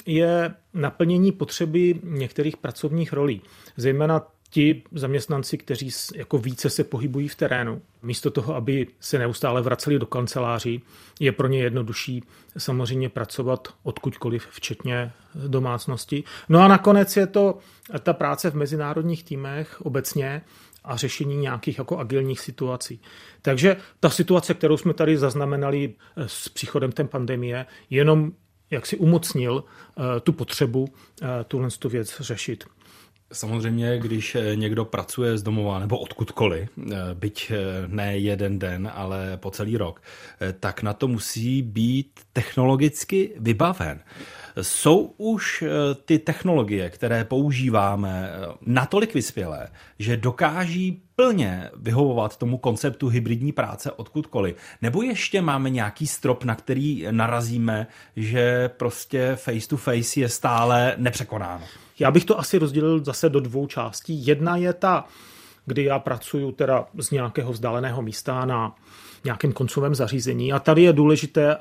je naplnění potřeby některých pracovních rolí, zejména ti zaměstnanci, kteří jako více se pohybují v terénu. Místo toho, aby se neustále vraceli do kanceláří, je pro ně jednodušší samozřejmě pracovat odkudkoliv, včetně domácnosti. No a nakonec je to ta práce v mezinárodních týmech obecně a řešení nějakých jako agilních situací. Takže ta situace, kterou jsme tady zaznamenali s příchodem té pandemie, jenom jak si umocnil tu potřebu tuhle věc řešit. Samozřejmě, když někdo pracuje z domova nebo odkudkoliv, byť ne jeden den, ale po celý rok, tak na to musí být technologicky vybaven. Jsou už ty technologie, které používáme, natolik vyspělé, že dokáží plně vyhovovat tomu konceptu hybridní práce odkudkoliv? Nebo ještě máme nějaký strop, na který narazíme, že prostě face to face je stále nepřekonáno? Já bych to asi rozdělil zase do dvou částí. Jedna je ta, kdy já pracuji teda z nějakého vzdáleného místa na nějakém koncovém zařízení a tady je důležité,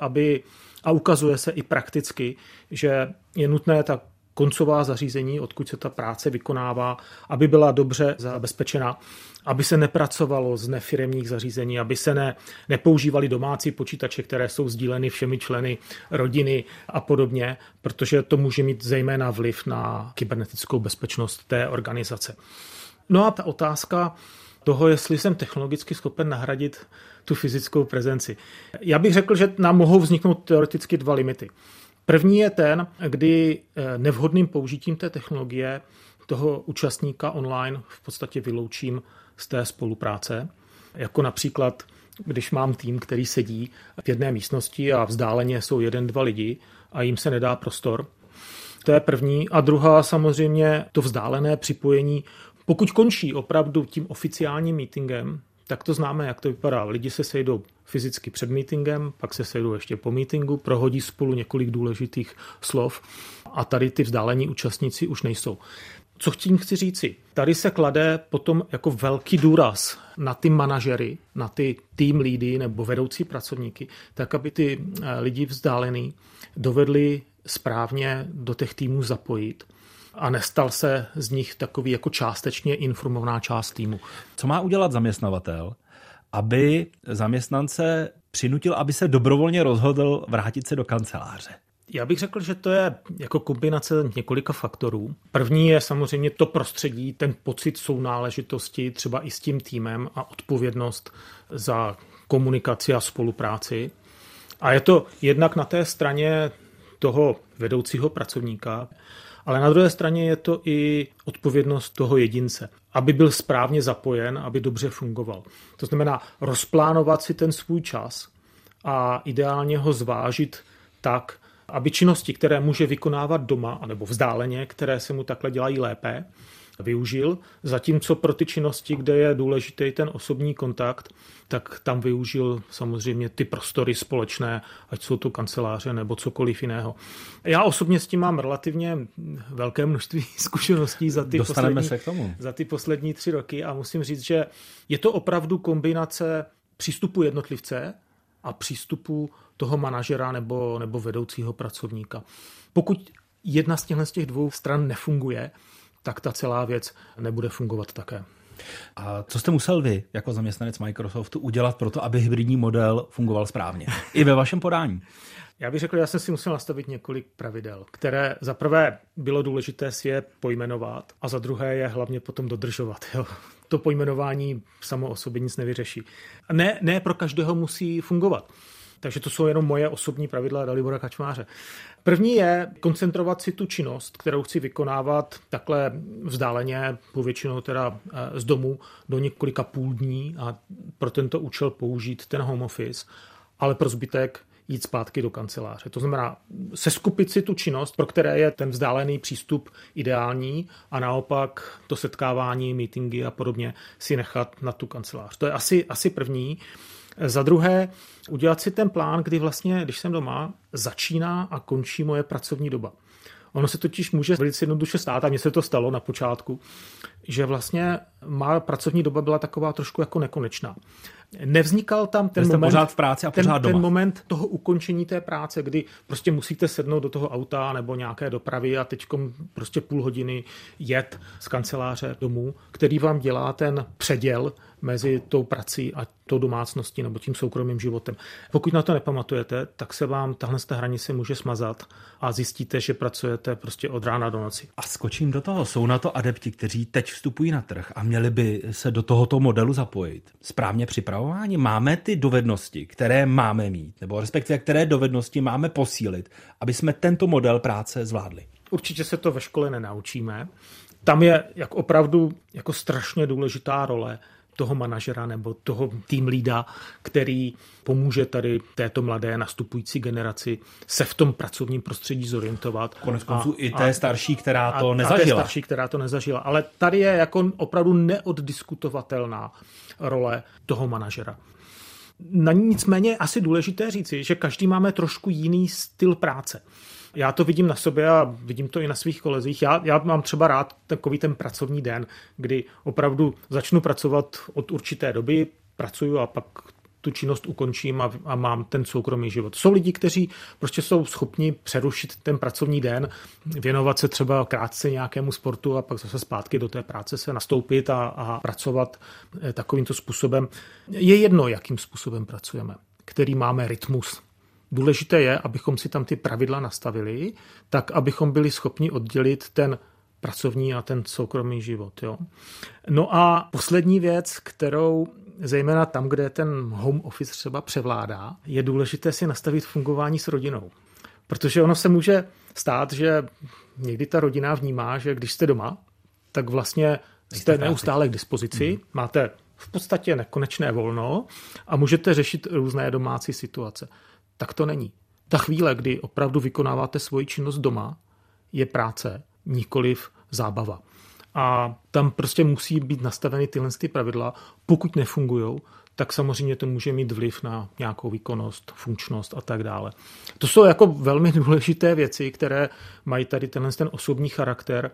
a ukazuje se i prakticky, že je nutné ta koncová zařízení, odkud se ta práce vykonává, aby byla dobře zabezpečena, aby se nepracovalo z nefiremních zařízení, aby se nepoužívali domácí počítače, které jsou sdíleny všemi členy rodiny a podobně, protože to může mít zejména vliv na kybernetickou bezpečnost té organizace. No a ta otázka toho, jestli jsem technologicky schopen nahradit tu fyzickou prezenci. Já bych řekl, že nám mohou vzniknout teoreticky dva limity. První je ten, kdy nevhodným použitím té technologie toho účastníka online v podstatě vyloučím z té spolupráce. Jako například, když mám tým, který sedí v jedné místnosti a vzdáleně jsou 1-2 lidi a jim se nedá prostor. To je první. A druhá samozřejmě to vzdálené připojení. Pokud končí opravdu tím oficiálním meetingem, tak to známe, jak to vypadá. Lidi se sejdou fyzicky před meetingem, pak se sejdou ještě po meetingu, prohodí spolu několik důležitých slov a tady ty vzdálení účastníci už nejsou. Co tím chci říci? Tady se klade potom jako velký důraz na ty manažery, na ty team leady nebo vedoucí pracovníky, tak aby ty lidi vzdálený dovedli správně do těch týmů zapojit a nestal se z nich takový jako částečně informovaná část týmu. Co má udělat zaměstnavatel, aby zaměstnance přinutil, aby se dobrovolně rozhodl vrátit se do kanceláře? Já bych řekl, že to je jako kombinace několika faktorů. První je samozřejmě to prostředí, ten pocit sounáležitosti třeba i s tím týmem a odpovědnost za komunikaci a spolupráci. A je to jednak na té straně toho vedoucího pracovníka, ale na druhé straně je to i odpovědnost toho jedince, aby byl správně zapojen, aby dobře fungoval. To znamená rozplánovat si ten svůj čas a ideálně ho zvážit tak, aby činnosti, které může vykonávat doma anebo vzdáleně, které se mu takhle dělají lépe, využil, zatímco pro ty činnosti, kde je důležitý ten osobní kontakt, tak tam využil samozřejmě ty prostory společné, ať jsou to kanceláře nebo cokoliv jiného. Já osobně s tím mám relativně velké množství zkušeností za ty poslední 3 roky a musím říct, že je to opravdu kombinace přístupu jednotlivce a přístupu toho manažera nebo vedoucího pracovníka. Pokud jedna z těch dvou stran nefunguje, tak ta celá věc nebude fungovat také. A co jste musel vy, jako zaměstnanec Microsoftu, udělat pro to, aby hybridní model fungoval správně? I ve vašem podání. Já bych řekl, já jsem si musel nastavit několik pravidel, které za prvé bylo důležité si je pojmenovat a za druhé je hlavně potom dodržovat. Jo. To pojmenování samo o sobě nic nevyřeší. Ne pro každého musí fungovat. Takže to jsou jenom moje osobní pravidla Dalibora Kačmáře. První je koncentrovat si tu činnost, kterou chci vykonávat takhle vzdáleně, povětšinou teda z domu, do několika půl dní a pro tento účel použít ten home office, ale pro zbytek jít zpátky do kanceláře. To znamená seskupit si tu činnost, pro které je ten vzdálený přístup ideální a naopak to setkávání, meetingy a podobně si nechat na tu kancelář. To je asi první. Za druhé, udělat si ten plán, kdy vlastně, když jsem doma, začíná a končí moje pracovní doba. Ono se totiž může velice jednoduše stát, a mně se to stalo na počátku, že vlastně má pracovní doba byla taková trošku jako nekonečná. Nevznikal tam ten moment, pořád v práci a pořád doma. Ten moment toho ukončení té práce, kdy prostě musíte sednout do toho auta nebo nějaké dopravy a teďkom prostě půl hodiny jet z kanceláře domů, který vám dělá ten předěl mezi tou prací a tou domácností nebo tím soukromým životem. Pokud na to nepamatujete, tak se vám tahle hranice může smazat a zjistíte, že pracujete prostě od rána do noci. A skočím do toho. Jsou na to adepti, kteří teď vstupují na trh a měli by se do tohoto modelu zapojit. Správně připravování? Máme ty dovednosti, které máme mít, nebo respektive které dovednosti máme posílit, aby jsme tento model práce zvládli? Určitě se to ve škole nenaučíme. Tam je opravdu strašně důležitá role toho manažera nebo toho team leada, který pomůže tady této mladé nastupující generaci se v tom pracovním prostředí zorientovat. Koneckonců i té starší, která to nezažila. Ale tady je opravdu neoddiskutovatelná role toho manažera. Nicméně je asi důležité říci, že každý máme trošku jiný styl práce. Já to vidím na sobě a vidím to i na svých kolezích. Já mám třeba rád takový ten pracovní den, kdy opravdu začnu pracovat od určité doby, pracuju a pak tu činnost ukončím a mám ten soukromý život. Jsou lidi, kteří prostě jsou schopni přerušit ten pracovní den, věnovat se třeba krátce nějakému sportu a pak zase zpátky do té práce se nastoupit a pracovat takovýmto způsobem. Je jedno, jakým způsobem pracujeme, který máme rytmus. Důležité je, abychom si tam ty pravidla nastavili, tak abychom byli schopni oddělit ten pracovní a ten soukromý život. Jo. No a poslední věc, kterou zejména tam, kde ten home office třeba převládá, je důležité si nastavit fungování s rodinou. Protože ono se může stát, že někdy ta rodina vnímá, že když jste doma, tak vlastně jste neustále k dispozici, máte v podstatě nekonečné volno a můžete řešit různé domácí situace. Tak to není. Ta chvíle, kdy opravdu vykonáváte svoji činnost doma, je práce, nikoliv zábava. A tam prostě musí být nastaveny tyhle pravidla. Pokud nefungujou, tak samozřejmě to může mít vliv na nějakou výkonnost, funkčnost a tak dále. To jsou velmi důležité věci, které mají tady ten osobní charakter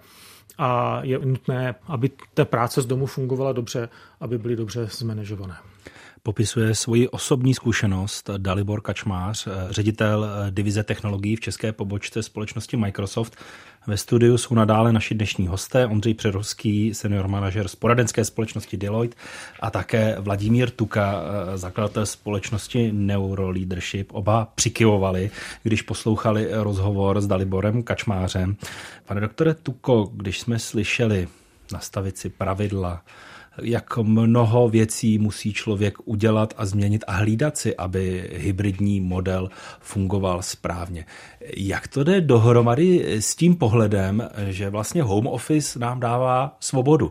a je nutné, aby ta práce z domu fungovala dobře, aby byly dobře zmanéžované. Popisuje svoji osobní zkušenost Dalibor Kačmář, ředitel divize technologií v české pobočce společnosti Microsoft. Ve studiu jsou nadále naši dnešní hosté, Ondřej Přerovský, senior manažer z poradenské společnosti Deloitte a také Vladimír Tuka, zakladatel společnosti Neuroleadership. Oba přikyvovali, když poslouchali rozhovor s Daliborem Kačmářem. Pane doktore Tuko, když jsme slyšeli nastavit si pravidla, jak mnoho věcí musí člověk udělat a změnit a hlídat si, aby hybridní model fungoval správně. Jak to jde dohromady s tím pohledem, že vlastně home office nám dává svobodu?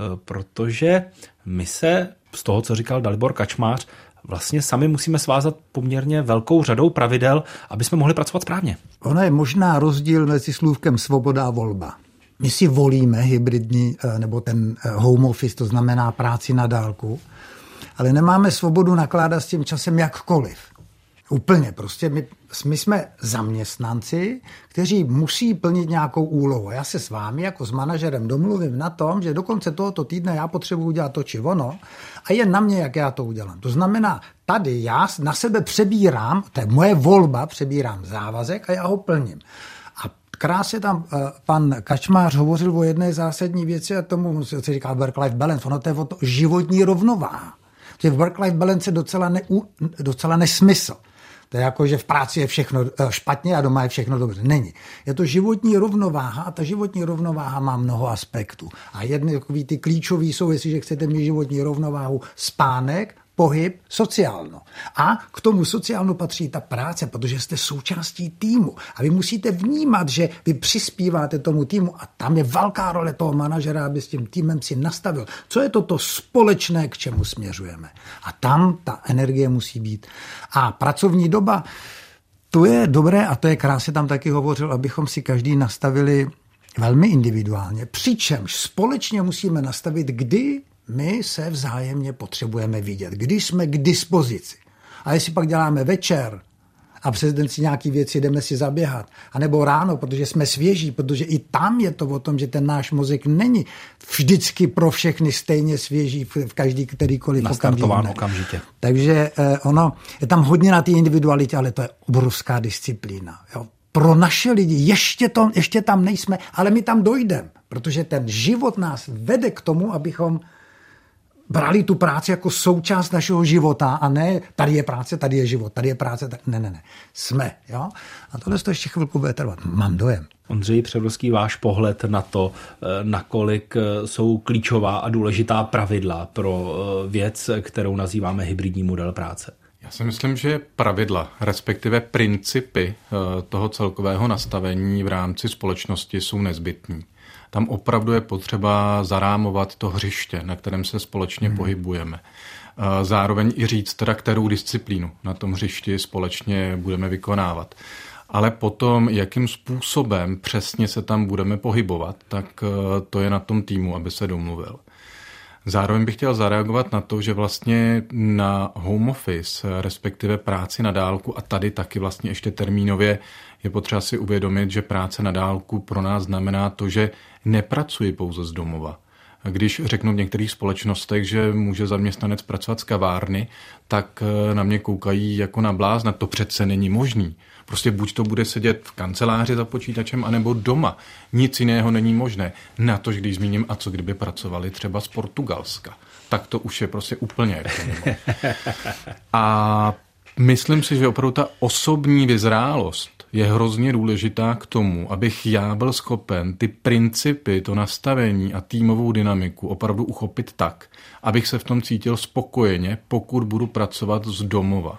Protože my se, z toho, co říkal Dalibor Kačmář, vlastně sami musíme svázat poměrně velkou řadou pravidel, aby jsme mohli pracovat správně. Ono je možná rozdíl mezi slůvkem svoboda a volba. My si volíme hybridní nebo ten home office, to znamená práci na dálku, ale nemáme svobodu nakládat s tím časem jakkoliv. Úplně prostě. My jsme zaměstnanci, kteří musí plnit nějakou úlohu. Já se s vámi jako s manažerem domluvím na tom, že do konce tohoto týdne já potřebuji udělat to či ono a je na mě, jak já to udělám. To znamená, tady já na sebe přebírám, to je moje volba, přebírám závazek a já ho plním. Krásně tam pan Kačmář hovořil o jedné zásadní věci a tomu se říká work-life balance. Ono to je o to životní rovnováha. Že work-life balance je docela nesmysl. To je jako, že v práci je všechno špatně a doma je všechno dobře. Není. Je to životní rovnováha a ta životní rovnováha má mnoho aspektů. A jedny takový ty klíčový jsou, jestliže chcete mít životní rovnováhu, spánek, pohyb, sociálno. A k tomu sociálnu patří ta práce, protože jste součástí týmu. A vy musíte vnímat, že vy přispíváte tomu týmu a tam je velká role toho manažera, aby s tím týmem si nastavil. Co je to společné, k čemu směřujeme. A tam ta energie musí být. A pracovní doba, to je dobré a to je krásně tam taky hovořil, abychom si každý nastavili velmi individuálně. Přičemž společně musíme nastavit, kdy my se vzájemně potřebujeme vidět, když jsme k dispozici. A jestli pak děláme večer a přes den si nějaký věci jdeme si zaběhat, anebo ráno, protože jsme svěží, protože i tam je to o tom, že ten náš mozek není vždycky pro všechny stejně svěží v každý kterýkoliv okamžitě. Takže ono je tam hodně na té individualitě, ale to je obrovská disciplína. Jo. Pro naše lidi ještě tam nejsme, ale my tam dojdeme, protože ten život nás vede k tomu, abychom brali tu práci jako součást našeho života a ne tady je práce, tady je život, tady je práce, tak ne. Jsme, jo? A tohle to ještě chvilku bude trvat. Mám dojem. Ondřej Převrský, váš pohled na to, nakolik jsou klíčová a důležitá pravidla pro věc, kterou nazýváme hybridní model práce? Já si myslím, že pravidla, respektive principy toho celkového nastavení v rámci společnosti jsou nezbytný. Tam opravdu je potřeba zarámovat to hřiště, na kterém se společně pohybujeme. Zároveň i říct teda, kterou disciplínu na tom hřišti společně budeme vykonávat. Ale potom, jakým způsobem přesně se tam budeme pohybovat, tak to je na tom týmu, aby se domluvil. Zároveň bych chtěl zareagovat na to, že vlastně na home office, respektive práci na dálku, a tady taky vlastně ještě termínově je potřeba si uvědomit, že práce na dálku pro nás znamená to, že nepracuji pouze z domova. Když řeknu v některých společnostech, že může zaměstnanec pracovat z kavárny, tak na mě koukají jako na blázna. To přece není možný. Prostě buď to bude sedět v kanceláři za počítačem, anebo doma. Nic jiného není možné. Na to, když zmíním, a co kdyby pracovali třeba z Portugalska. Tak to už je prostě úplně jako mimo. A myslím si, že opravdu ta osobní vyzrálost je hrozně důležitá k tomu, abych já byl schopen ty principy, to nastavení a týmovou dynamiku opravdu uchopit tak, abych se v tom cítil spokojeně, pokud budu pracovat z domova.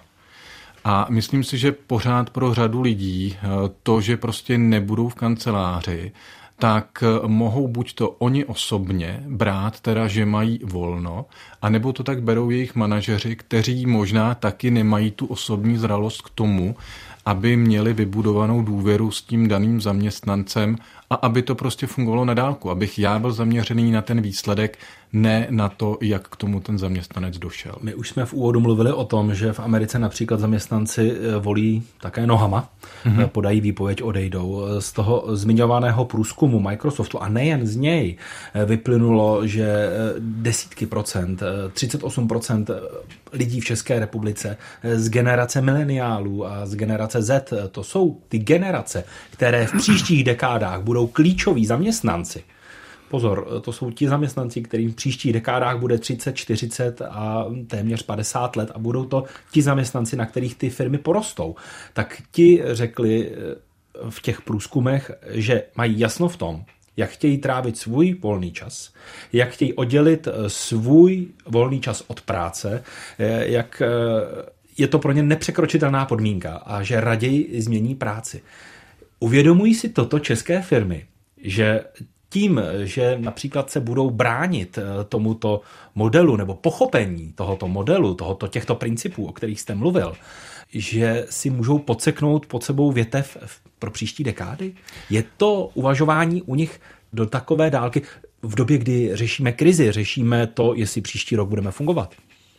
A myslím si, že pořád pro řadu lidí to, že prostě nebudou v kanceláři, tak mohou buď to oni osobně brát, teda, že mají volno, anebo to tak berou jejich manažeři, kteří možná taky nemají tu osobní zralost k tomu, aby měli vybudovanou důvěru s tím daným zaměstnancem a aby to prostě fungovalo na dálku, abych já byl zaměřený na ten výsledek, ne na to, jak k tomu ten zaměstnanec došel. My už jsme v úvodu mluvili o tom, že v Americe například zaměstnanci volí také nohama, podají výpověď, odejdou. Z toho zmiňovaného průzkumu Microsoftu a nejen z něj vyplynulo, že desítky procent, 38% lidí v České republice z generace mileniálů a z generace Z, to jsou ty generace, které v příštích dekádách budou klíčoví zaměstnanci. Pozor, to jsou ti zaměstnanci, kterým v příštích dekádách bude 30, 40 a téměř 50 let a budou to ti zaměstnanci, na kterých ty firmy porostou. Tak ti řekli v těch průzkumech, že mají jasno v tom, jak chtějí trávit svůj volný čas, jak chtějí oddělit svůj volný čas od práce, jak je to pro ně nepřekročitelná podmínka a že raději změní práci. Uvědomují si toto české firmy, že tím, že například se budou bránit tomuto modelu nebo pochopení tohoto modelu, těchto principů, o kterých jste mluvil, že si můžou podseknout pod sebou větev pro příští dekády? Je to uvažování u nich do takové dálky v době, kdy řešíme krizi, řešíme to, jestli příští rok budeme fungovat?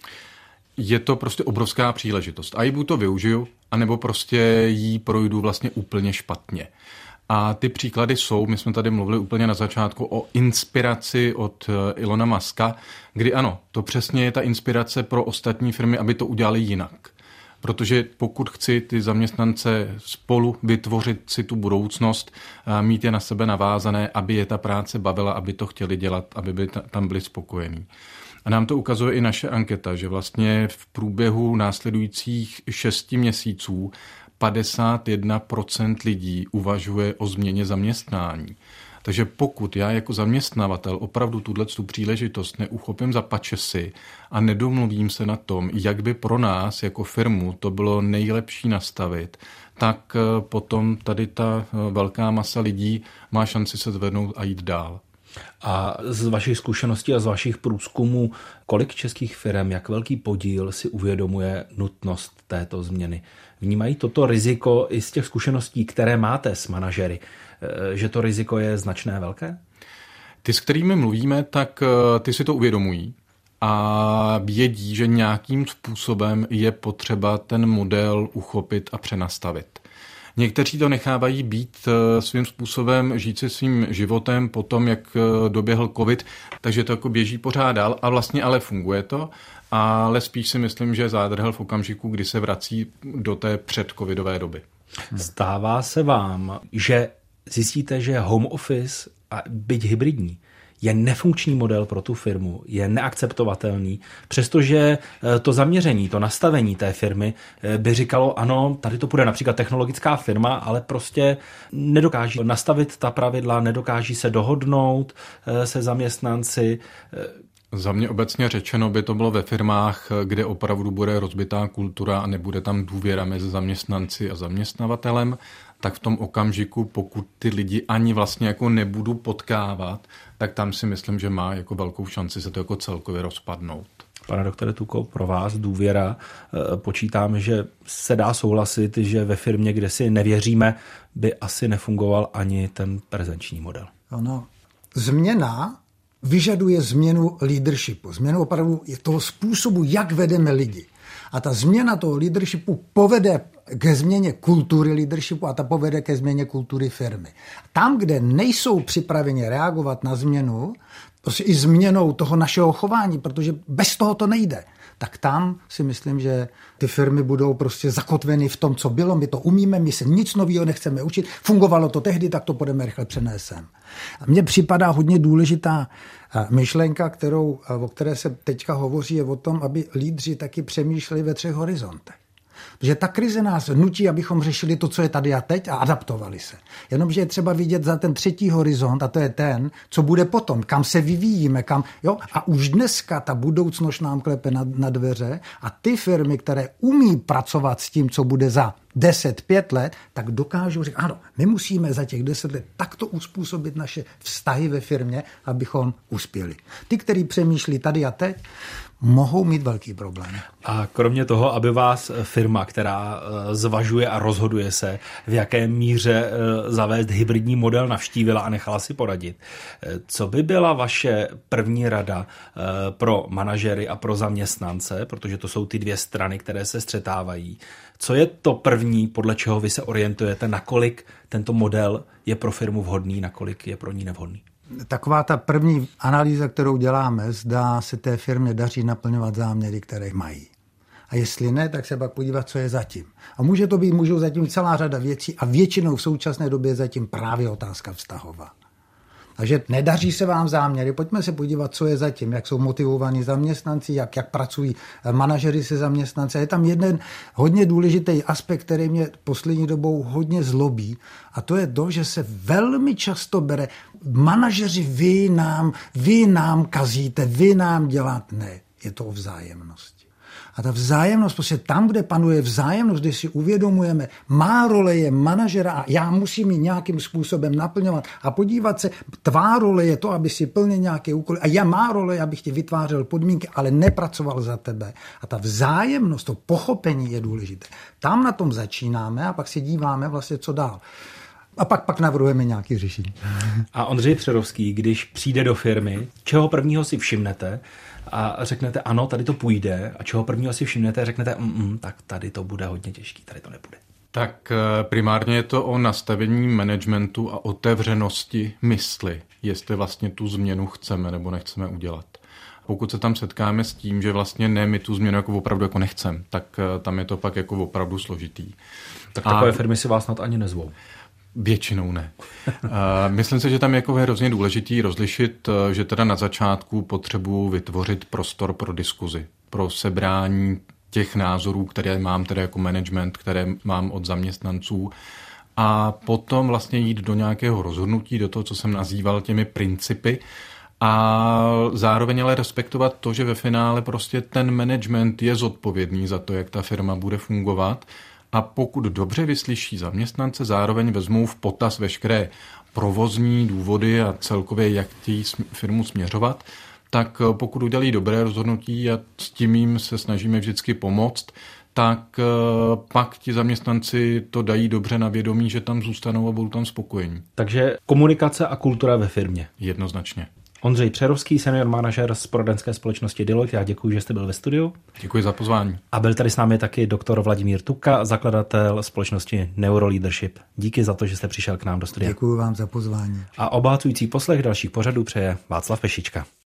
Je to prostě obrovská příležitost. A buď to využiju, anebo prostě jí projdu vlastně úplně špatně. A ty příklady jsou, my jsme tady mluvili úplně na začátku o inspiraci od Elona Muska, kdy ano, to přesně je ta inspirace pro ostatní firmy, aby to udělali jinak. Protože pokud chci ty zaměstnance spolu vytvořit si tu budoucnost, mít je na sebe navázané, aby je ta práce bavila, aby to chtěli dělat, aby tam byli spokojení. A nám to ukazuje i naše anketa, že vlastně v průběhu následujících 6 měsíců 51% lidí uvažuje o změně zaměstnání. Takže pokud já jako zaměstnavatel opravdu tu příležitost neuchopím za pačesy a nedomluvím se na tom, jak by pro nás jako firmu to bylo nejlepší nastavit, tak potom tady ta velká masa lidí má šanci se zvednout a jít dál. A z vašich zkušeností a z vašich průzkumů, kolik českých firm, jak velký podíl si uvědomuje nutnost této změny? Vnímají toto riziko i z těch zkušeností, které máte s manažery, že to riziko je značné, velké? Ty, s kterými mluvíme, tak ty si to uvědomují a vědí, že nějakým způsobem je potřeba ten model uchopit a přenastavit. Někteří to nechávají být svým způsobem, žít si svým životem po tom, jak doběhl covid, takže to jako běží pořád dál a vlastně ale funguje to, ale spíš si myslím, že zádrhel v okamžiku, kdy se vrací do té předcovidové doby. Stává se vám, že zjistíte, že home office, a byť hybridní, je nefunkční model pro tu firmu, je neakceptovatelný, přestože to zaměření, to nastavení té firmy by říkalo, ano, tady to bude například technologická firma, ale prostě nedokáží nastavit ta pravidla, nedokáží se dohodnout se zaměstnanci. Za mě obecně řečeno by to bylo ve firmách, kde opravdu bude rozbitá kultura a nebude tam důvěra mezi zaměstnanci a zaměstnavatelem, tak v tom okamžiku, pokud ty lidi ani vlastně jako nebudu potkávat, tak tam si myslím, že má jako velkou šanci se to jako celkově rozpadnout. Pane doktore Tuko, pro vás důvěra, počítám, že se dá souhlasit, že ve firmě, kde si nevěříme, by asi nefungoval ani ten prezenční model. Ano, změna vyžaduje změnu leadershipu, změnu opravdu toho způsobu, jak vedeme lidi. A ta změna toho leadershipu povede ke změně kultury leadershipu a ta povede ke změně kultury firmy. Tam, kde nejsou připraveni reagovat na změnu, prostě i změnou toho našeho chování, protože bez toho to nejde, tak tam si myslím, že ty firmy budou prostě zakotveny v tom, co bylo, my to umíme, my se nic nového nechceme učit, fungovalo to tehdy, tak to půjdeme rychle přenést sem. A mně připadá hodně důležitá myšlenka, o které se teďka hovoří, je o tom, aby lídři taky přemýšleli ve 3 horizontech. Protože ta krize nás nutí, abychom řešili to, co je tady a teď a adaptovali se. Jenomže je třeba vidět za ten 3. horizont a to je ten, co bude potom, kam se vyvíjíme, a už dneska ta budoucnost nám klepe na dveře a ty firmy, které umí pracovat s tím, co bude za 10-5 let, tak dokážou říct, ano, my musíme za těch 10 let takto uspůsobit naše vztahy ve firmě, abychom uspěli. Ty, kteří přemýšlí tady a teď, mohou mít velký problém. A kromě toho, aby vás firma, která zvažuje a rozhoduje se, v jaké míře zavést hybridní model, navštívila a nechala si poradit, co by byla vaše první rada pro manažery a pro zaměstnance, protože to jsou ty 2 strany, které se střetávají. Co je to první, podle čeho vy se orientujete, nakolik tento model je pro firmu vhodný, nakolik je pro ní nevhodný? Taková ta první analýza, kterou děláme, zda se té firmě daří naplňovat záměry, které mají. A jestli ne, tak se pak podívat, co je zatím. A můžou zatím celá řada věcí a většinou v současné době je zatím právě otázka vztahová. Takže nedaří se vám záměry, pojďme se podívat, co je zatím, jak jsou motivovaní zaměstnanci, jak pracují manažeři se zaměstnanci. Je tam jeden hodně důležitý aspekt, který mě poslední dobou hodně zlobí, a to je to, že se velmi často bere, manažeři, vy nám kazíte, vy nám děláte. Ne, je to o vzájemnosti. A ta vzájemnost, prostě tam, kde panuje vzájemnost, kde si uvědomujeme, má role je manažera a já musím ji nějakým způsobem naplňovat a podívat se, tvá role je to, aby si plnil nějaké úkoly a má role, abych ti vytvářel podmínky, ale nepracoval za tebe. A ta vzájemnost, to pochopení je důležité. Tam na tom začínáme a pak si díváme vlastně, co dál. A pak navrhujeme nějaké řešení. A Ondřej Přerovský, když přijde do firmy, čeho prvního si všimnete a řeknete, ano, tady to půjde, a čeho prvního si všimnete a řeknete, tak tady to bude hodně těžký, tady to nebude. Tak primárně je to o nastavení managementu a otevřenosti mysli, jestli vlastně tu změnu chceme nebo nechceme udělat. Pokud se tam setkáme s tím, že vlastně ne, my tu změnu jako opravdu jako nechceme, tak tam je to pak jako opravdu složitý. Tak takové firmy si vás snad ani nezvou. Většinou ne. Myslím si, že tam je hrozně důležitý rozlišit, že teda na začátku potřebuji vytvořit prostor pro diskuzi, pro sebrání těch názorů, které mám teda jako management, které mám od zaměstnanců, a potom vlastně jít do nějakého rozhodnutí, do toho, co jsem nazýval těmi principy, a zároveň ale respektovat to, že ve finále prostě ten management je zodpovědný za to, jak ta firma bude fungovat. A pokud dobře vyslyší zaměstnance, zároveň vezmou v potaz veškeré provozní důvody a celkově, jak chtějí firmu směřovat, tak pokud udělají dobré rozhodnutí a s tím jim se snažíme vždycky pomoct, tak pak ti zaměstnanci to dají dobře na vědomí, že tam zůstanou a budou tam spokojení. Takže komunikace a kultura ve firmě. Jednoznačně. Ondřej Přerovský, senior manažer z poradenské společnosti Deloitte. Já děkuji, že jste byl ve studiu. Děkuji za pozvání. A byl tady s námi taky doktor Vladimír Tuka, zakladatel společnosti Neuroleadership. Díky za to, že jste přišel k nám do studia. Děkuji vám za pozvání. A obohacující poslech dalších pořadů přeje Václav Pešička.